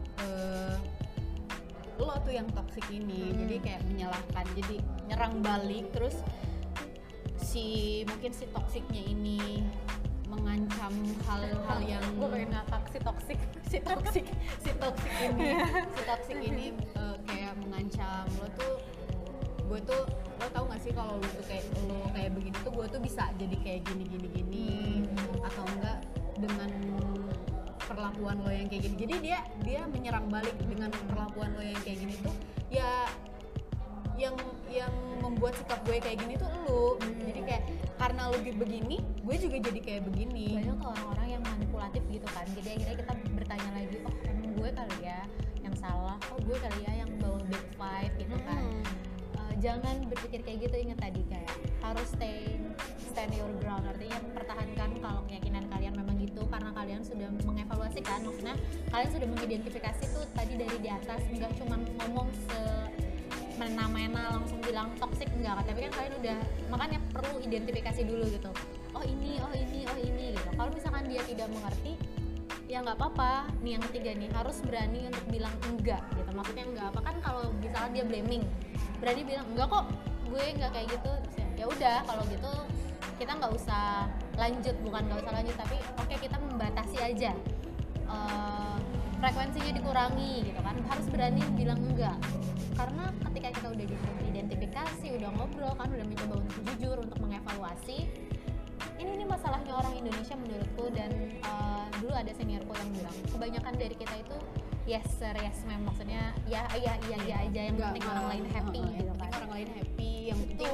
lo tuh yang toxic ini, jadi kayak menyalahkan, jadi nyerang balik, terus mungkin si toksiknya ini mengancam hal-hal yang gue pengen ngakak si toksik ini kayak mengancam lo tuh, lo tau gak sih kalau lo kayak begini tuh gue tuh bisa jadi kayak gini atau enggak dengan perlakuan lo yang kayak gini. Jadi dia menyerang balik dengan perlakuan lo yang kayak gini tuh ya, yang membuat sikap gue kayak gini tuh lo. Jadi kayak karena lo begini, gue juga jadi kayak begini. Banyak tuh orang-orang yang manipulatif gitu kan. Jadi akhirnya kita bertanya lagi, oh emang gue kali ya yang salah, oh gue kali ya yang bawa bad vibe gitu kan. Jangan berpikir kayak gitu. Ingat tadi kayak harus stand your ground, artinya pertahankan kalau keyakinan kalian memang gitu, karena kalian sudah mengevaluasi kan, maksudnya kalian sudah mengidentifikasi tuh tadi dari di atas, nggak cuma ngomong semena-mena langsung bilang toxic, enggak kan, tapi kan kalian udah, makanya perlu identifikasi dulu gitu, oh ini gitu. Kalau misalkan dia tidak mengerti ya nggak apa-apa. Nih yang ketiga nih, harus berani untuk bilang enggak gitu. Maksudnya enggak apa kan, kalau misalkan dia blaming, berani bilang enggak kok, gue nggak kayak gitu. Terus ya udah kalau gitu kita nggak usah lanjut, tapi oke, kita membatasi aja, frekuensinya dikurangi gitu kan. Harus berani bilang enggak, karena ketika kita udah identifikasi, udah ngobrol kan, udah mencoba untuk jujur, untuk mengevaluasi, ini masalahnya orang Indonesia menurutku. Dan dulu ada seniorku yang bilang kebanyakan dari kita itu yes sir, yes ma'am, maksudnya iya aja, yang penting orang lain happy gitu kan. Orang lain happy, yang penting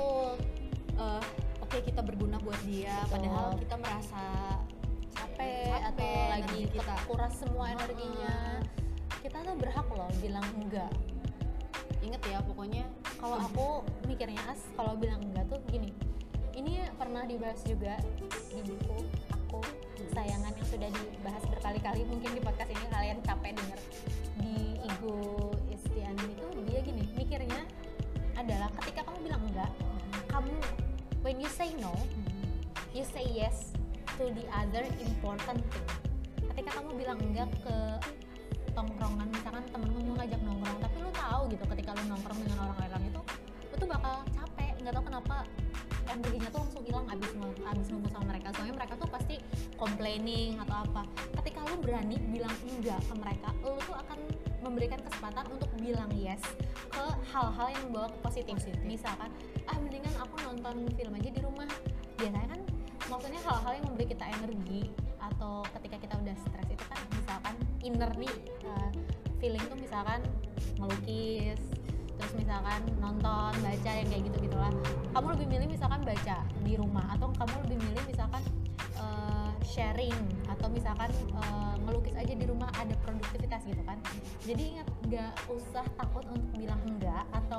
oke, kita berguna buat dia. Padahal kita merasa capek atau lagi kita kuras semua energinya. Kita tuh berhak loh bilang enggak. Ingat ya, pokoknya kalau aku mikirnya kalau bilang enggak tuh gini, ini pernah dibahas juga di buku Aku Sayangan yang sudah dibahas berkali-kali, mungkin di podcast ini kalian capek denger. Di Igo Istiani itu dia gini mikirnya adalah, ketika kamu bilang enggak, kamu when you say no, you say yes to the other important thing. Ketika kamu bilang enggak ke tongkrongan, misalkan temenmu mau ngajak nongkrong, tapi lu tahu gitu ketika lu nongkrong dengan orang-orang itu, lu tuh bakal capek, nggak tahu kenapa energinya tuh langsung hilang abis ngumpul sama mereka. Soalnya mereka tuh pasti complaining atau apa. Ketika lu berani bilang enggak ke mereka, lu tuh akan memberikan kesempatan untuk bilang yes ke hal-hal yang membawa ke positif. Misalkan, mendingan aku nonton film aja di rumah. Biasanya kan, maksudnya hal-hal yang memberi kita energi, atau ketika kita udah stres itu kan, misalkan inner nih feeling tuh, misalkan melukis, terus misalkan nonton, baca, yang kayak gitu-gitulah. Kamu lebih milih misalkan baca di rumah, atau kamu lebih milih misalkan sharing, atau misalkan ngelukis aja di rumah, ada produktivitas gitu kan. Jadi ingat, gak usah takut untuk bilang enggak, atau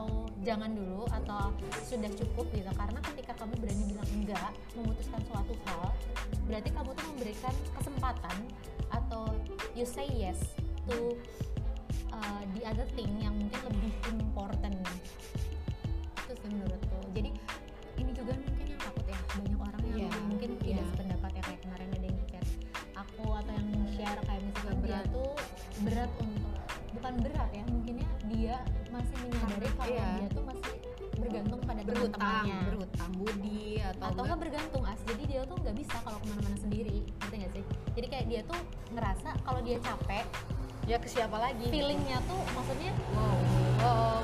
jangan dulu atau sudah cukup gitu. Karena ketika kamu berani bilang enggak, memutuskan suatu hal, berarti kamu tuh memberikan kesempatan atau you say yes to the other thing yang mungkin lebih important. Itu sih menurutku. Jadi ini juga mungkin yang takut ya, banyak orang yang mungkin tidak sependapat ya, kayak kemarin ada yang chat aku atau yang share kayak misalkan dia tuh berat untuk, bukan berat ya, mungkinnya dia masih menyadari kalau dia tuh masih bergantung pada teman-temannya, berhutang budi atau nggak bergantung jadi dia tuh nggak bisa kalau kemana-mana sendiri, ngerti nggak sih? Jadi kayak dia tuh ngerasa kalau dia capek ya ke siapa lagi, feelingnya tuh maksudnya wow.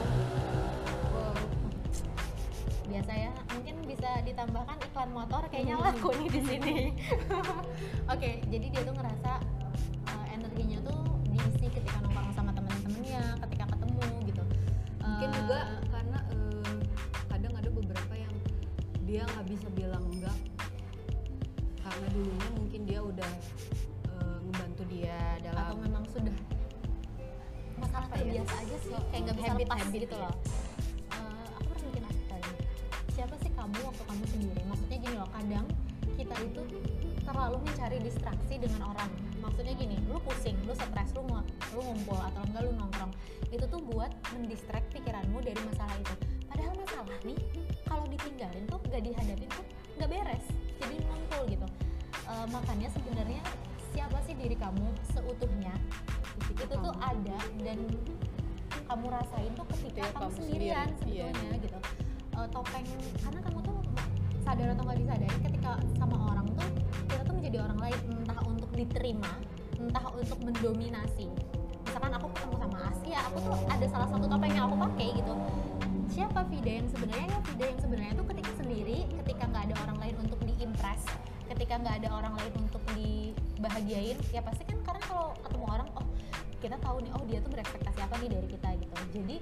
Biasa ya, mungkin bisa ditambahkan iklan motor kayaknya laku nih di sini. Oke, jadi dia tuh ngerasa energinya tuh diisi ketika nongkrong sama teman-temannya, ketika ketemu gitu. Mungkin juga karena kadang ada beberapa yang dia nggak bisa bilang enggak karena dulunya mungkin dia udah ngebantu dia dalam, atau memang sudah masalah terbiasa aja sih, kayak nggak bisa lepas gitu loh. Aku pernah bikin artikel, siapa sih kamu waktu kamu sendiri? Maksudnya gini loh, kadang kita itu terlalu mencari distraksi dengan orang. Maksudnya gini, lu pusing, lu stres, lu ngumpul atau enggak lu nongkrong, itu tuh buat mendistract pikiranmu dari masalah itu. Padahal masalah nih kalau ditinggalin tuh, nggak dihadapin tuh nggak beres, jadi ngumpul gitu. Makanya sebenarnya siapa sih diri kamu seutuhnya itu tuh ada dan kamu rasain tuh ketika kamu sendirian sebetulnya gitu. Topeng, karena kamu tuh sadar atau nggak disadari ketika sama orang tuh kita tuh menjadi orang lain, entah untuk diterima, entah untuk mendominasi. Misalkan aku ketemu sama Asia, aku tuh ada salah satu topeng yang aku pakai gitu. Siapa Vida yang sebenarnya? Ya Vida yang sebenarnya tuh ketika sendiri, ketika nggak ada orang lain untuk diimpress, ketika nggak ada orang lain untuk dibahagiain, ya pasti kan, karena kalau ketemu orang, oh kita tahu nih, oh dia tuh berekspektasi apa nih dari kita gitu. Jadi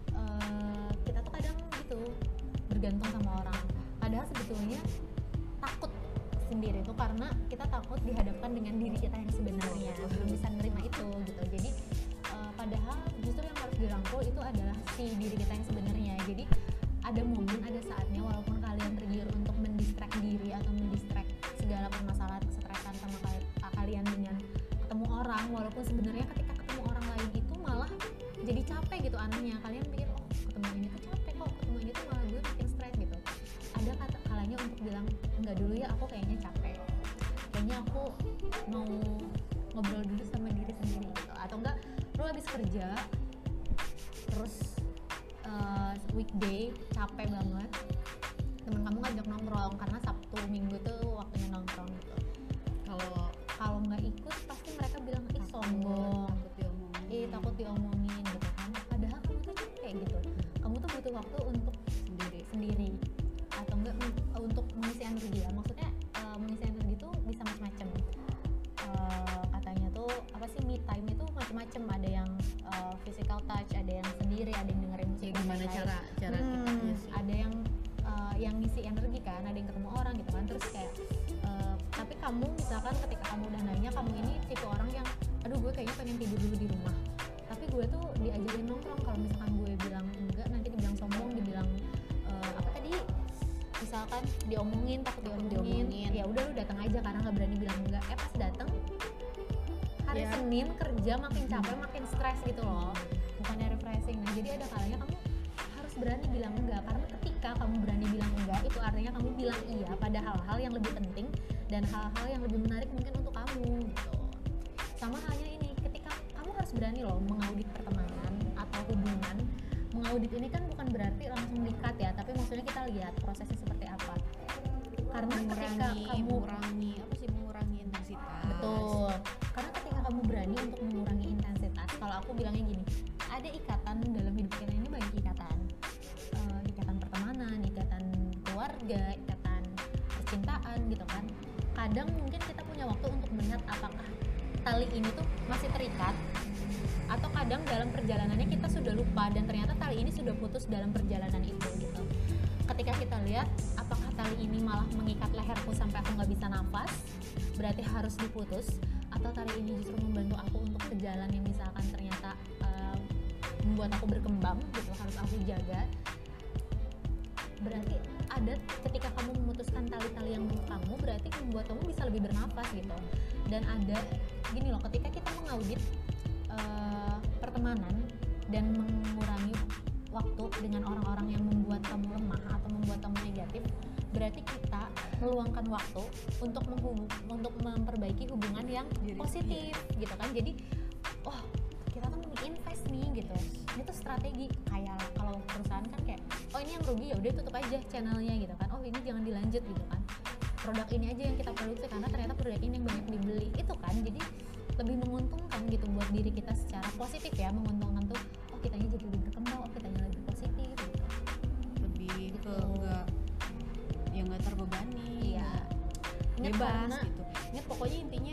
kita tuh kadang gitu bergantung sama orang, padahal sebetulnya takut sendiri tuh karena kita takut dihadapkan dengan diri kita yang sebenarnya, belum bisa menerima itu gitu. Jadi padahal justru yang harus dirangkul itu adalah si diri kita yang sebenarnya. Jadi ada momen, ada saatnya, walaupun kalian tergiur untuk mendistract diri atau mendistract segala permasalahan kesetresan sama kalian dengan ketemu orang, walaupun sebenarnya ketika ketemu orang lain itu malah jadi capek gitu. Anehnya kalian pikir, oh ketemu ini tuh capek, kok ketemu ini tuh malah gue makin stres gitu. Ada kalanya untuk bilang enggak dulu ya, aku kayaknya capek, kayaknya aku mau ngobrol dulu sama diri sendiri gitu. Atau enggak, lu habis kerja terus weekday capek banget, temen kamu ngajak nongkrong karena Sabtu Minggu tuh waktunya nongkrong gitu. Kalau nggak ikut pasti mereka bilang ih sombong, takut diomongin gitu kan. Padahal kamu tuh kayak gitu, kamu tuh butuh waktu untuk sendiri atau enggak untuk mengisi energi ya. Maksudnya mengisi energi tuh bisa macam-macam. Katanya tuh apa sih, me time itu macam-macam. Ada yang physical touch, ada yang sendiri, ada yang dengerin musik. Gimana cara kita ada yang ngisi energi kan, ada yang ketemu orang gitu kan. Terus kayak tapi kamu misalkan ketika kamu udah nanya, kamu ini tipe orang yang aduh gue kayaknya pengen tidur dulu di rumah, tapi gue tuh diajakin nongkrong. Kalau misalkan gue bilang enggak, nanti dibilang sombong, dibilang apa tadi, misalkan diomongin, takut diomongin. Ya udah lu datang aja karena nggak berani bilang enggak. Pas datang hari Senin kerja makin capek, makin stres gitu loh, bukannya refreshing. Nah jadi ada kalanya kamu harus berani bilang enggak, karena ketika kamu berani bilang enggak itu artinya kamu bilang iya pada hal-hal yang lebih penting dan hal-hal yang lebih menarik mungkin untuk kamu gitu. Sama halnya ini, ketika kamu harus berani loh mengaudit pertemanan atau hubungan. Mengaudit ini kan bukan berarti langsung di-cut ya, tapi maksudnya kita lihat prosesnya seperti apa. Karena ketika kamu mengurangi intensitas. Betul. Karena ketika kamu berani untuk mengurangi intensitas, kalau aku bilangnya gini, ada ikatan dalam hidup kita ini, banyak ikatan. Ikatan pertemanan, ikatan keluarga, ikatan percintaan gitu kan. Kadang mungkin kita punya waktu untuk melihat apakah tali ini tuh masih terikat, atau kadang dalam perjalanannya kita sudah lupa dan ternyata tali ini sudah putus dalam perjalanan itu gitu. Ketika kita lihat apakah tali ini malah mengikat leherku sampai aku nggak bisa nafas, berarti harus diputus, atau tali ini justru membantu aku untuk ke jalan yang misalkan ternyata membuat aku berkembang gitu, harus aku jaga. berarti ada ketika kamu memutuskan tali-tali yang kamu, berarti membuat kamu bisa lebih bernafas gitu. Dan ada gini loh, ketika kita mengaudit pertemanan dan mengurangi waktu dengan orang-orang yang membuat kamu lemah atau membuat kamu negatif, berarti kita meluangkan waktu untuk memperbaiki hubungan yang positif gitu kan. Jadi kita kan invest nih gitu, ini tuh strategi. Kayak kalau perusahaan kan kayak ini yang rugi ya udah tutup aja channelnya gitu kan, ini jangan dilanjut gitu kan, produk ini aja yang kita produksi karena ternyata produk ini yang banyak dibeli itu kan. Jadi lebih menguntungkan gitu buat diri kita secara positif ya, menguntungkan tuh kitanya jadi lebih berkembang, kitanya lebih positif gitu. Lebih ke nggak terbebani, iya, bebas gitu. Ingat pokoknya intinya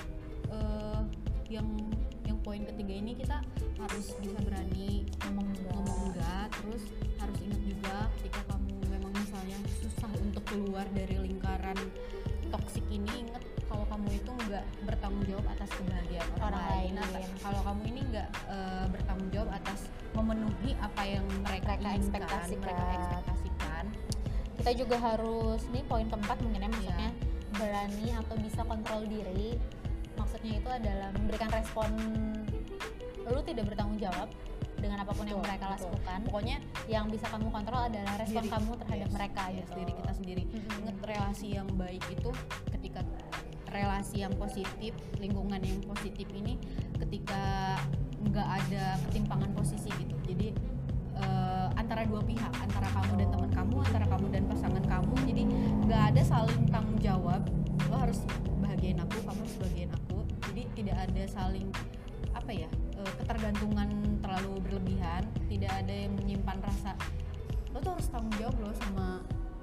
yang poin ketiga ini kita harus bisa berani ngomong enggak. Terus harus ingat juga ketika kamu memang misalnya susah untuk keluar dari lingkaran toksik ini, ingat kalau kamu itu nggak bertanggung jawab atas kebahagiaan orang lain. Kalau kamu ini nggak bertanggung jawab atas memenuhi apa yang mereka ekspektasikan. Kita juga harus, nih poin keempat mungkin ya, maksudnya berani atau bisa kontrol diri. Maksudnya itu adalah memberikan respon, lu tidak bertanggung jawab dengan apapun yang mereka lakukan. Pokoknya yang bisa kamu kontrol adalah respon kamu terhadap mereka gitu. Diri kita sendiri. Ingat, relasi yang baik itu ketika relasi yang positif, lingkungan yang positif ini ketika nggak ada ketimpangan posisi gitu. Jadi antara dua pihak, antara kamu dan teman kamu, antara kamu dan pasangan kamu. Jadi nggak ada saling tanggung jawab. Lo harus bahagiain aku, kamu harus bahagiain aku. Jadi tidak ada saling ketergantungan terlalu berlebihan. Tidak ada yang menyimpan rasa lo tuh harus tanggung jawab lo sama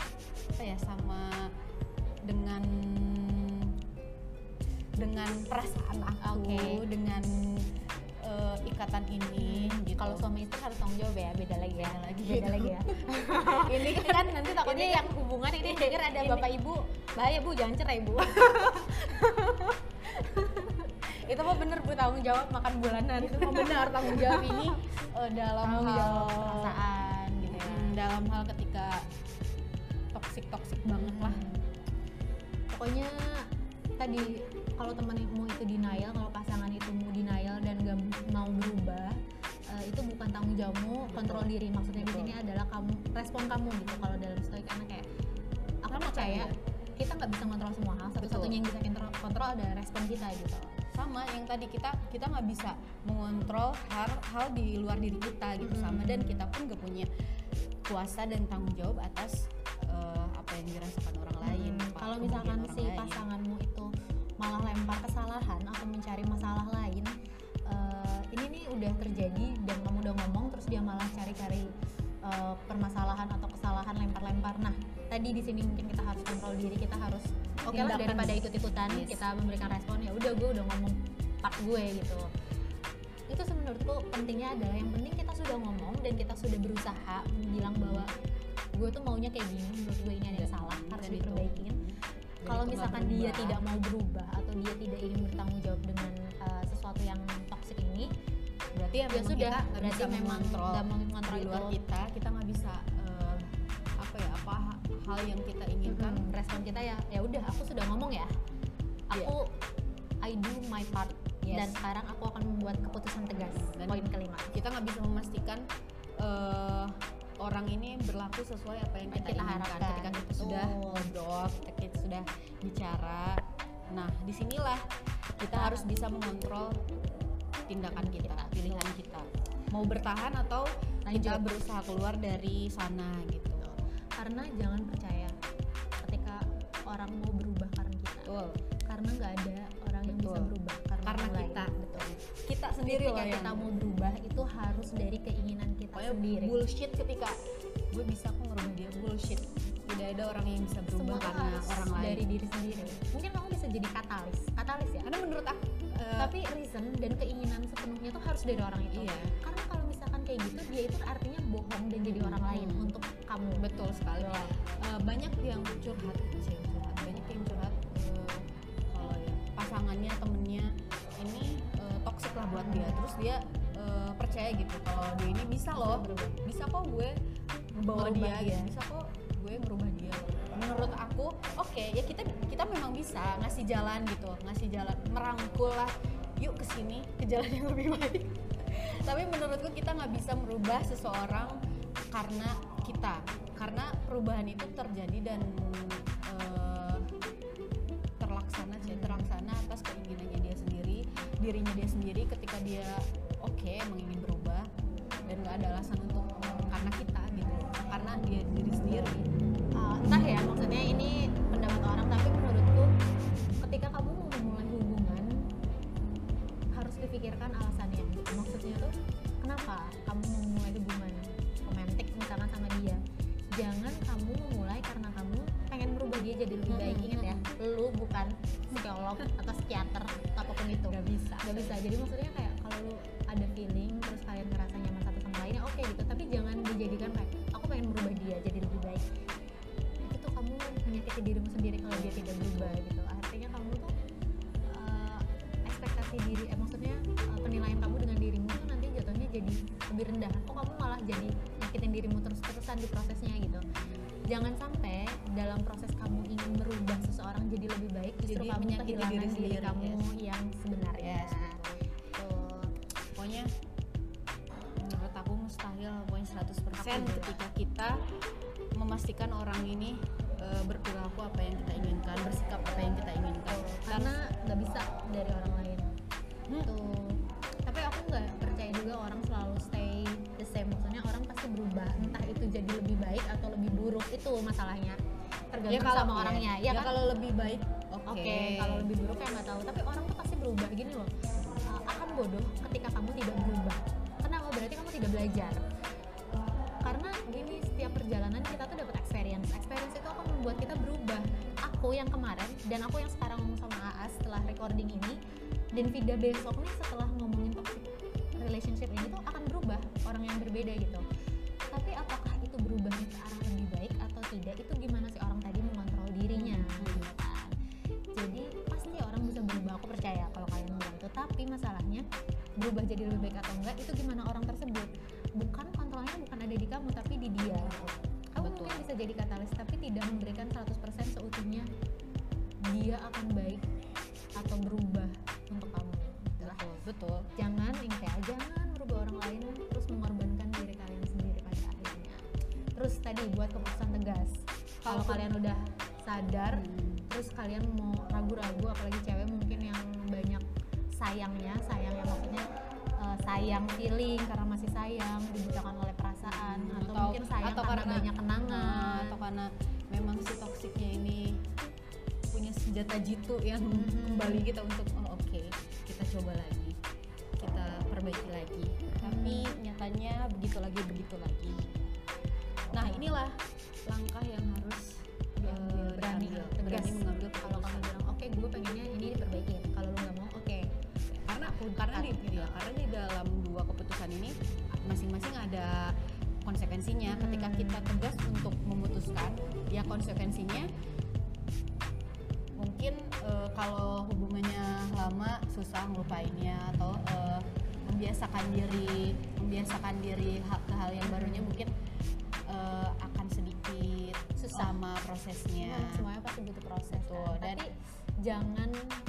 dengan perasaan aku, dengan ikatan ini gitu. Kalau suami istri harus tanggung jawab ya, beda lagi ya. Ini kan nanti takutnya yang hubungan ini denger ada bapak ibu, bahaya bu, jangan cerai bu. Itu mah bener bu, tanggung jawab makan bulanan. Itu mah benar, tanggung jawab ini dalam hal perasaan gitu ya. Dalam hal ketika toksik banget lah. Pokoknya tadi kalau temanmu itu denial, kalau pasangan itu mau denial dan gak mau berubah, itu bukan tanggung jawabmu, kontrol diri. Maksudnya di sini adalah respon kamu gitu. Kalau dalam stoik, karena kayak aku percaya kita nggak bisa kontrol semua hal. Satu-satunya yang bisa kontrol adalah respon kita gitu. Sama yang tadi kita nggak bisa mengontrol hal di luar diri kita gitu. Sama, dan kita pun nggak punya kuasa dan tanggung jawab atas apa yang dirasakan orang lain. Kalau misalkan si pasanganmu itu malah lempar kesalahan atau mencari masalah lain, ini nih udah terjadi dan kamu udah ngomong terus dia malah cari-cari permasalahan atau kesalahan, lempar-lempar. Nah, tadi di sini mungkin kita harus kontrol diri, kita harus lah daripada ikut-ikutan, kita memberikan respon, ya udah gue udah ngomong part gue gitu. Itu menurutku pentingnya adalah yang penting kita sudah ngomong dan kita sudah berusaha bilang bahwa gue tuh maunya kayak gini, menurut gue ini ada yang salah, harus diperbaikin. Kalau misalkan dia tidak mau berubah atau dia tidak ingin bertanggung jawab dengan sesuatu yang toksik ini, berarti ya sudah, berarti memang nggak mengontrol di luar kita nggak bisa apa hal yang kita inginkan. Respon kita ya udah, aku sudah ngomong ya, aku I do my part, dan sekarang aku akan membuat keputusan tegas. Dan poin kelima, kita nggak bisa memastikan orang ini berlaku sesuai apa yang kita inginkan ketika kita sudah ngobrol, ketika kita sudah bicara. Nah, disinilah kita harus bisa mengontrol tindakan kita, pilihan kita, mau bertahan atau kita berusaha keluar dari sana gitu. Karena jangan percaya ketika orang mau berubah karena kita, karena nggak ada orang yang bisa berubah karena kita. Kita sendiri loh yang kita mau berubah itu harus dari keinginan kita sendiri. Bullshit ketika gue bisa kok ngerubah dia, bullshit. Tidak ada orang yang bisa berubah karena orang lain, dari diri sendiri. Mungkin kamu bisa jadi katalis ya, karena menurut aku tapi reason dan keinginan sepenuhnya tuh harus dari orang itu. Karena kalau misalkan kayak gitu, dia itu artinya bohong dan jadi orang lain untuk kamu. Betul sekali. Banyak yang curhat kalau ya pasangannya, temennya ini toksik lah buat dia, terus dia percaya gitu kalau dia ini bisa loh, bisa kok gue bawa Merubah dia, bisa kok gue ngerubah dia. Menurut aku oke, ya kita memang bisa ngasih jalan gitu, merangkul lah, yuk kesini ke jalan yang lebih baik. Tapi menurutku kita nggak bisa merubah seseorang karena perubahan itu terjadi dan terlaksana atas keinginannya dia sendiri, dirinya dia sendiri. Ketika dia emang ingin berubah dan nggak ada alasan untuk karena kita gitu, karena dia diri sendiri. Entah ya, maksudnya ini pendapat orang, tapi menurutku ketika kamu mau memulai hubungan harus dipikirkan alasannya. Maksudnya tuh kenapa kamu memulai hubungan romantis misalkan sama dia. Jangan kamu memulai karena kamu pengen merubah dia jadi lebih baik. Ingat ya, lu bukan psikolog atau psikiater atau apapun itu. Gak bisa. Jadi maksudnya kayak kalau lu ada feeling terus kalian ngerasa nyaman satu sama lainnya, oke gitu, tapi jangan dijadikan kayak aku pengen merubah dia jadi lebih baik. Itu tuh kamu menyakiti dirimu sendiri kalau dia tidak berubah gitu. Artinya kamu tuh ekspektasi diri, maksudnya penilaian kamu dengan dirimu tuh nanti jatuhnya jadi lebih rendah. Kok kamu malah jadi nyakitin dirimu terus-terusan di prosesnya gitu. Jangan sampai dalam proses kamu ingin merubah seseorang jadi lebih baik, justru Jadi kamu menyakiti kehilangan diri diri sendiri, kamu yang sebenarnya. Tuh. Pokoknya menurut aku mustahil, pokoknya 100% ketika kita memastikan orang ini berperilaku apa yang kita inginkan, bersikap apa yang kita inginkan. Karena nggak bisa dari orang lain. Tuh. Tapi aku nggak percaya juga orang selalu stay the same. Maksudnya orang pasti berubah, entah itu jadi lebih baik atau lebih buruk, itu masalahnya. Tergantung sama orangnya. Ya kan? Kalau lebih baik, Oke, kalau lebih buruk ya nggak tahu. Tapi orang tuh pasti berubah gini loh. Akan bodoh ketika kamu tidak berubah. Kenapa? Berarti kamu tidak belajar. Karena gini, setiap perjalanan kita tuh dapat experience. Experience itu akan membuat kita berubah. Aku yang kemarin dan aku yang sekarang ngomong sama Aas setelah recording ini, dan Vida besok nih setelah ngomongin toxic relationship ini tuh akan berubah, orang yang berbeda gitu. Tapi apakah itu berubahnya ke arah lebih baik atau tidak, itu gimana sih orang tadi mengontrol dirinya gitu kan. Jadi pasti orang bisa berubah, aku percaya kalau kalian bilang itu. Tapi masalahnya berubah jadi lebih baik atau enggak itu gimana orang tersebut. Bukan kontrolnya bukan ada di kamu tapi di dia. Kamu mungkin bisa jadi katalis tapi tidak memberikan 100% seutuhnya dia akan baik atau berubah untuk kamu. Betul. Jangan merubah orang lain terus mengorbankan diri kalian sendiri pada akhirnya. Terus tadi buat keputusan tegas. Kalau kalian udah sadar, terus kalian mau ragu-ragu, apalagi cewek mungkin yang banyak sayangnya maksudnya sayang feeling karena masih sayang, dibutakan oleh perasaan, atau mungkin sayang atau karena banyak kenangan, atau karena memang si toksiknya ini punya senjata jitu yang kembali kita untuk oke, kita coba lagi, kita perbaiki lagi, tapi nyatanya begitu lagi. Nah inilah langkah yang harus berani mengambil. Kalau kamu bilang oke, gue pengennya ini diperbaiki, kalau lu nggak mau oke. Karena di dalam dua keputusan ini masing-masing ada konsekuensinya. Ketika kita tegas untuk memutuskan, ya konsekuensinya mungkin kalau hubungannya lama susah ngelupainnya, atau membiasakan diri ke hal yang barunya mungkin akan sedikit susah sama prosesnya. Semuanya pasti butuh proses. Tuh, Dan tapi jangan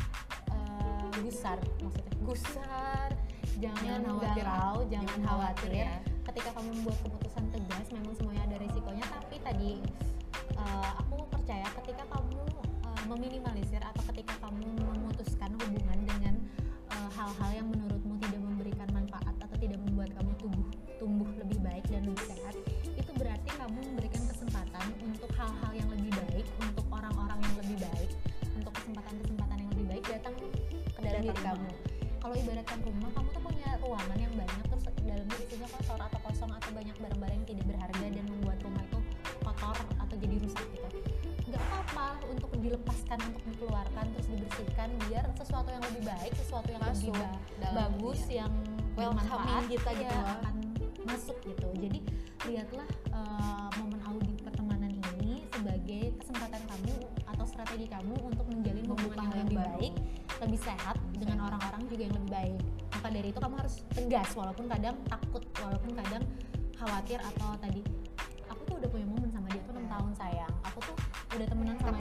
gusar, jangan galau, jangan khawatir ya. Ketika kamu membuat keputusan tegas, memang semuanya ada risikonya. Tapi tadi aku percaya ketika kamu meminimalisir atau ketika kamu memutuskan hubungan dengan hal-hal yang menurutmu tidak memberikan manfaat atau tidak membuat kamu tumbuh lebih baik dan lebih sehat, itu berarti kamu memberikan kesempatan untuk hal-hal yang lebih baik, untuk orang-orang yang lebih baik, untuk kesempatan-kesempatan yang lebih baik datang ke dalam diri kamu. Kalau ibaratkan rumah, kamu tuh punya ruangan yang banyak, terus dalamnya isinya kotor atau kosong atau banyak barang-barang yang tidak berharga dan membuat rumah itu kotor atau jadi rusak gitu. Nggak apa-apa untuk dilepaskan, untuk dikeluarkan, terus dibersihkan biar sesuatu yang lebih baik, sesuatu yang lebih bagus, yang bermanfaat kita gitu akan masuk gitu. Jadi lihatlah momen audit pertemanan ini sebagai kesempatan kamu atau strategi kamu untuk menjalin hubungan yang lebih baik, lebih sehat dengan orang-orang juga yang lebih baik. Maka dari itu kamu harus tegas, walaupun kadang takut, walaupun kadang khawatir, atau tadi aku tuh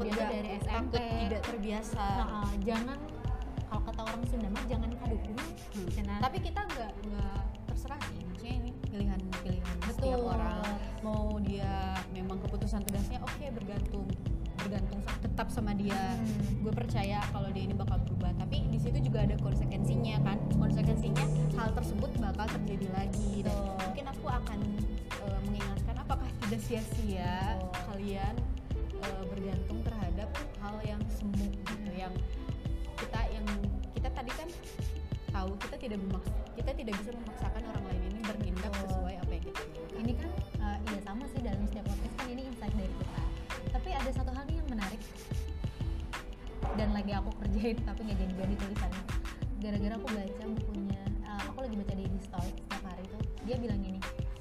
takut dia tuh dari SMP. takut tidak terbiasa. Jangan, kalau kata orang Sunda mah jangan kadukun. Tapi kita nggak terserah sih, maksudnya ini pilihan setiap Betul. orang. Mau dia memang keputusan tegasnya oke, bergantung tetap sama dia. Gue percaya kalau dia ini bakal berubah, tapi di situ juga ada konsekuensinya kan. Konsekuensinya hal tersebut bakal terjadi lagi, dan mungkin aku akan mengingatkan apakah tidak sia-sia kalian bergantung terhadap hal yang semu gitu, yang kita tadi kan tahu kita tidak bisa memaksakan orang lain ini bertindak sesuai apa yang kita inginkan. Ini kan iya sama sih, dalam setiap podcast kan ini insight dari kita. Tapi ada satu hal nih yang menarik dan lagi aku kerjain tapi nggak jadi tulisannya. Gara-gara aku baca bukunya, aku lagi baca Daily Stoic setiap hari tuh, dia bilang gini,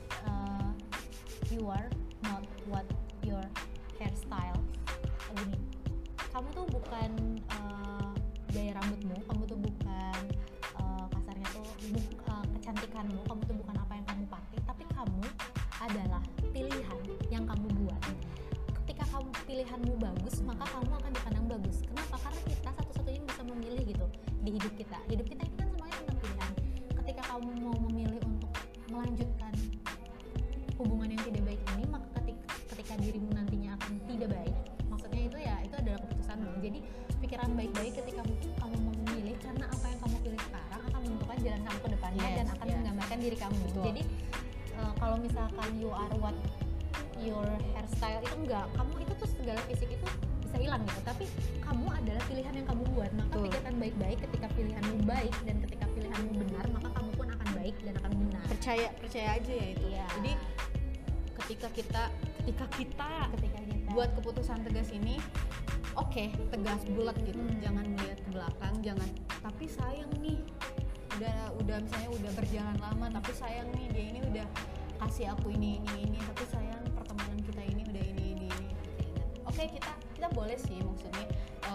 you are not what your hairstyle. Gini, kamu tuh bukan gaya rambutmu, kamu tuh bukan kasarnya tuh kecantikanmu, kamu tuh bukan apa yang kamu pakai, tapi kamu adalah pilihan yang kamu buat. Ketika kamu pilihanmu bagus, maka kamu akan dipandang bagus. Kenapa? Karena kita satu-satunya yang bisa memilih gitu di hidup kita. Hidup kita ini kan semuanya tentang pilihan. Ketika kamu mau memilih untuk melanjutkan hubungan yang tidak baik ini, maka ketika dirimu nantinya akan tidak baik, maksudnya itu ya itu adalah keputusanmu. Jadi pikiran baik-baik ketika kamu mau memilih, karena apa yang kamu pilih sekarang akan menentukan jalan kamu ke depannya dan akan menggambarkan diri kamu. Betul. Jadi kalau misalkan you are what your hairstyle itu enggak, kamu itu tuh segala fisik itu bisa hilang gitu, tapi kamu adalah pilihan yang kamu buat. Maka pikirkan baik-baik, ketika pilihanmu baik dan ketika pilihanmu benar, maka kamu pun akan baik dan akan benar. Percaya aja ya itu. Jadi ketika kita buat keputusan tegas ini, oke, tegas bulat gitu. Jangan melihat ke belakang, jangan. Tapi sayang nih, udah misalnya udah berjalan lama, tapi sayang nih dia ini udah kasih aku ini, tapi sayang pertemanan kita ini udah ini. Oke, kita boleh sih maksudnya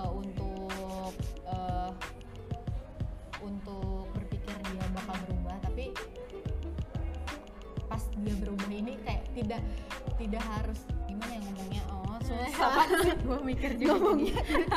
untuk berpikir dia bakal berubah, tapi pas dia berubah ini kayak tidak harus gimana ya ngomongnya, susah banget gue mikir juga ngomongnya.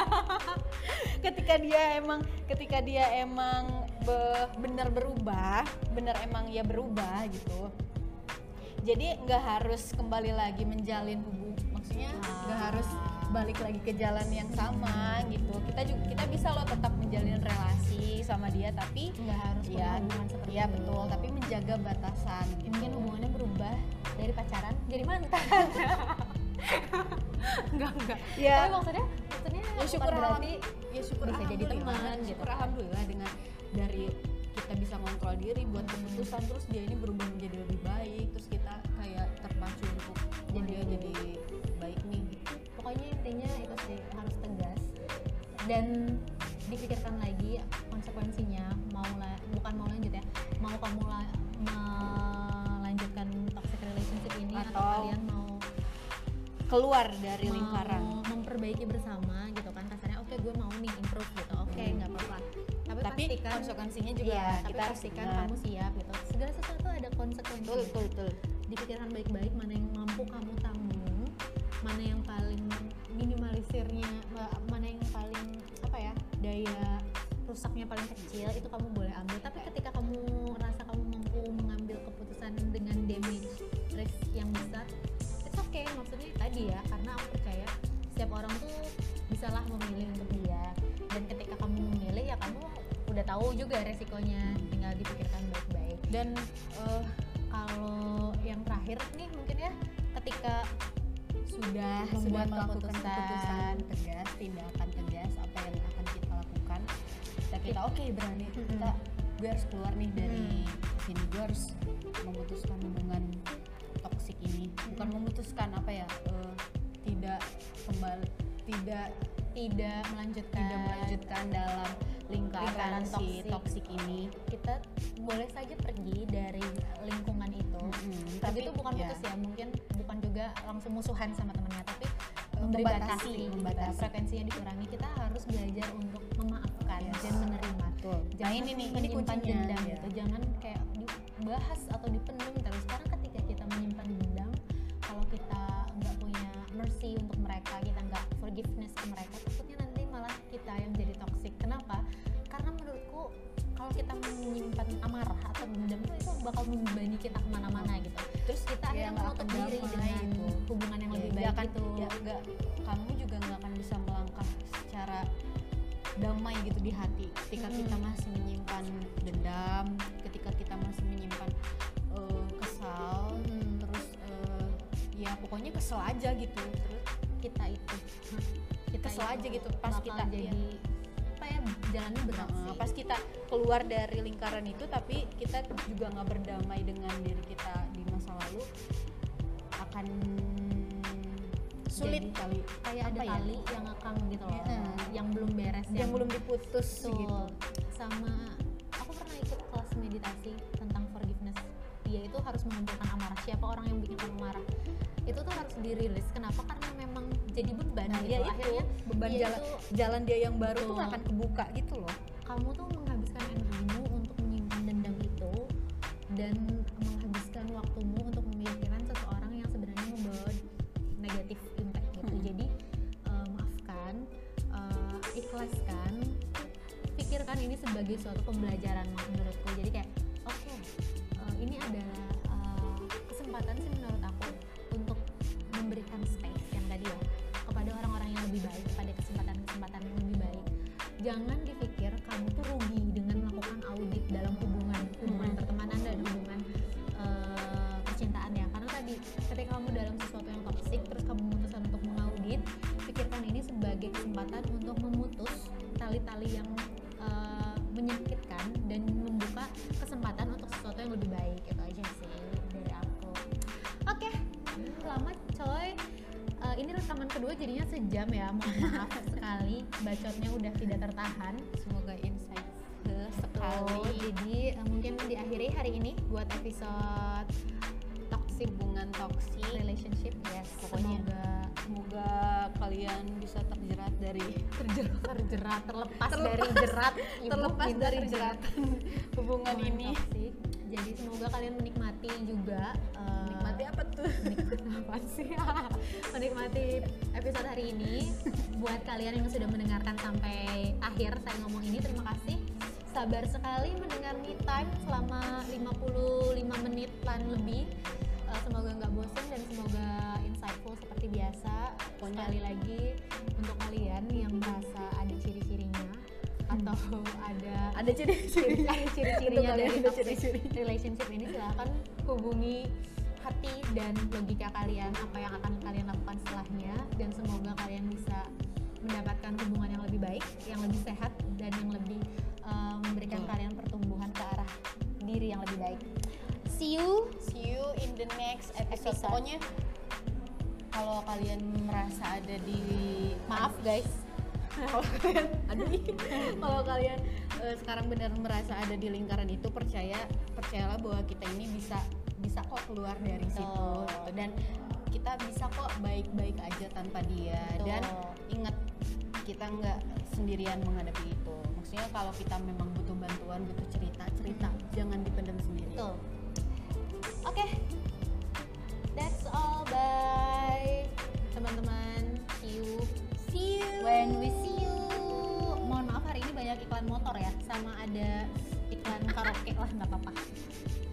ketika dia emang benar berubah, benar emang ya berubah gitu, jadi nggak harus kembali lagi menjalin maksudnya nggak harus balik lagi ke jalan yang sama gitu. Kita bisa loh tetap menjalin relasi sama dia, tapi nggak harus hubungan seperti itu. Betul, tapi menjaga batasan gitu. Mungkin hubungannya berubah dari pacaran jadi mantan. enggak ya, tapi maksudnya ya syukur bisa jadi teman gitu. Syukur alhamdulillah dengan dari kita bisa ngontrol diri buat keputusan, terus dia ini berubah menjadi lebih baik, terus kita kayak terpacu untuk jadi baik nih. Pokoknya intinya itu sih, harus tegas dan dipikirkan lagi konsekuensinya. Bukan mau lanjut ya, mau kamu melanjutkan toxic relationship ini atau kalian mau keluar dari lingkaran, memperbaiki bersama gitu kan, kasarnya oke, gue mau nih improve gitu, oke, nggak apa-apa, tapi pastikan konsekuensinya juga kita pastikan kamu siap gitu. Segala sesuatu ada konsekuensi. Betul. Dipikirkan baik-baik mana yang mampu kamu tanggung, mana yang paling minimalisirnya, mana yang paling daya rusaknya paling kecil, itu kamu boleh ambil. Tapi ketika kamu rasa kamu mampu mengambil keputusan dengan damage risk yang besar, it's okay. Maksudnya tadi ya, karena aku percaya setiap orang tuh bisalah memilih untuk dia, dan ketika kamu memilih ya kamu udah tahu juga resikonya, tinggal dipikirkan baik-baik. Dan kalau yang terakhir nih mungkin ya, ketika sudah melakukan keputusan tegas, tindakan tegas apa yang akan kita lakukan, kita oke, berani, gue harus keluar nih dari sini, gue harus memutuskan hubungan toksik ini. Bukan memutuskan tidak melanjutkan dalam lingkaran si toksik ini. Kita boleh saja pergi dari lingkungan itu, tapi itu bukan putus ya, mungkin bukan juga langsung musuhan sama temannya, tapi membatasi. Frekuensinya dikurangi. Kita harus belajar untuk memaafkan dan menerima. Jangan ini kuncinya dendam gitu. Jangan kayak dibahas atau dipendam terus. Karena ketika kita menyimpan dendam, kalau kita nggak punya mercy untuk mereka, kita nggak forgiveness ke dendam tuh itu bakal membebani kita kemana-mana gitu. Terus kita Ya, akhirnya nggak menutup akan diri damai dengan gitu. hubungan yang lebih Nggak baik akan, itu. ya nggak, kamu juga nggak akan bisa melangkah secara damai gitu di hati ketika kita masih menyimpan dendam, ketika kita masih menyimpan kesal, terus ya pokoknya kesel aja gitu, terus Kita itu kesel aja gitu pas bakal kita jadi apa ya, jalannya berat sih. pas kita keluar dari lingkaran itu, tapi kita juga nggak berdamai dengan diri kita di masa lalu, akan sulit Jadi, kali, kayak ada apa ya? tali yang ngekang gitu loh, Iya. yang belum beres, yang belum diputus Betul. gitu. Sama aku pernah ikut kelas meditasi tentang forgiveness. Dia itu harus mengumpulkan amarah. Siapa orang yang bikin kamu marah, itu tuh harus dirilis. Kenapa? Karena memang jadi beban Nah, gitu. ya itu Akhirnya beban dia jalan itu, jalan dia yang baru tuh Betul. nggak akan kebuka gitu loh. kamu tuh menghabiskan energimu untuk menyimpan dendam itu, dan menghabiskan waktumu untuk memikirkan seseorang yang sebenarnya membawa negatif impact gitu. Jadi maafkan, ikhlaskan, pikirkan ini sebagai suatu pembelajaran menurutku. Jadi kayak oke, ini adalah kesempatan sih menurut aku untuk memberikan space yang tadi ya kepada orang-orang yang lebih baik, kepada kesempatan-kesempatan yang lebih baik. Jangan dipikir kamu tuh rugi dengan melakukan audit dalam hubungan pertemanan dan hubungan percintaan ya. Karena tadi ketika kamu dalam sesuatu yang toksik terus kamu memutuskan untuk mengaudit, pikirkan ini sebagai kesempatan untuk memutus tali-tali yang menyakitkan dan membuka kesempatan untuk sesuatu yang lebih baik. Itu aja sih dari aku. Oke, selamat coy. Ini rekaman kedua jadinya sejam ya, mohon maaf sekali bacotnya udah tidak tertahan. Semoga insight Oh, sekali. jadi mungkin diakhiri hari ini buat episode toxic Hubungan toksik, relationship. yes, pokoknya semoga kalian bisa terjerat dari terjerat terlepas dari jerat ibu, terlepas pintar dari terjerat jeratan hubungan ini. toksik. Jadi semoga kalian menikmati juga Nikmati apa tuh? menikmati apa sih? Menikmati episode hari ini. Buat kalian yang sudah mendengarkan sampai akhir saya ngomong ini, terima kasih. Sabar sekali mendengar me time selama 55 menitan lebih. Semoga nggak bosan dan semoga insightful seperti biasa. Pokoknya- Sekali lagi untuk kalian yang merasa ada ciri-cirinya atau ada ciri-cirinya ciri-cirinya Untuk dari kalian ada toxic ciri-cirinya. relationship ini, silahkan hubungi hati dan logika kalian, apa yang akan kalian lakukan setelahnya, dan semoga kalian bisa mendapatkan hubungan yang lebih baik, yang lebih sehat, dan yang lebih memberikan Betul. kalian pertumbuhan ke arah diri yang lebih baik. See you. See you in the next episode. Episode. Pokoknya kalau kalian merasa ada di Maaf guys. kalau kalian kalau kalian sekarang benar merasa ada di lingkaran itu, percayalah bahwa kita ini bisa kok keluar dari Betul. situ gitu. Dan kita bisa kok baik-baik aja tanpa dia. Betul. Dan ingat, kita nggak sendirian menghadapi itu. Maksudnya kalau kita memang butuh bantuan, butuh cerita, jangan dipendam sendiri. Betul. Oke. That's all. Bye teman-teman. See you when we see you. Mohon maaf hari ini banyak iklan motor ya, sama ada iklan karaoke lah, nggak apa-apa.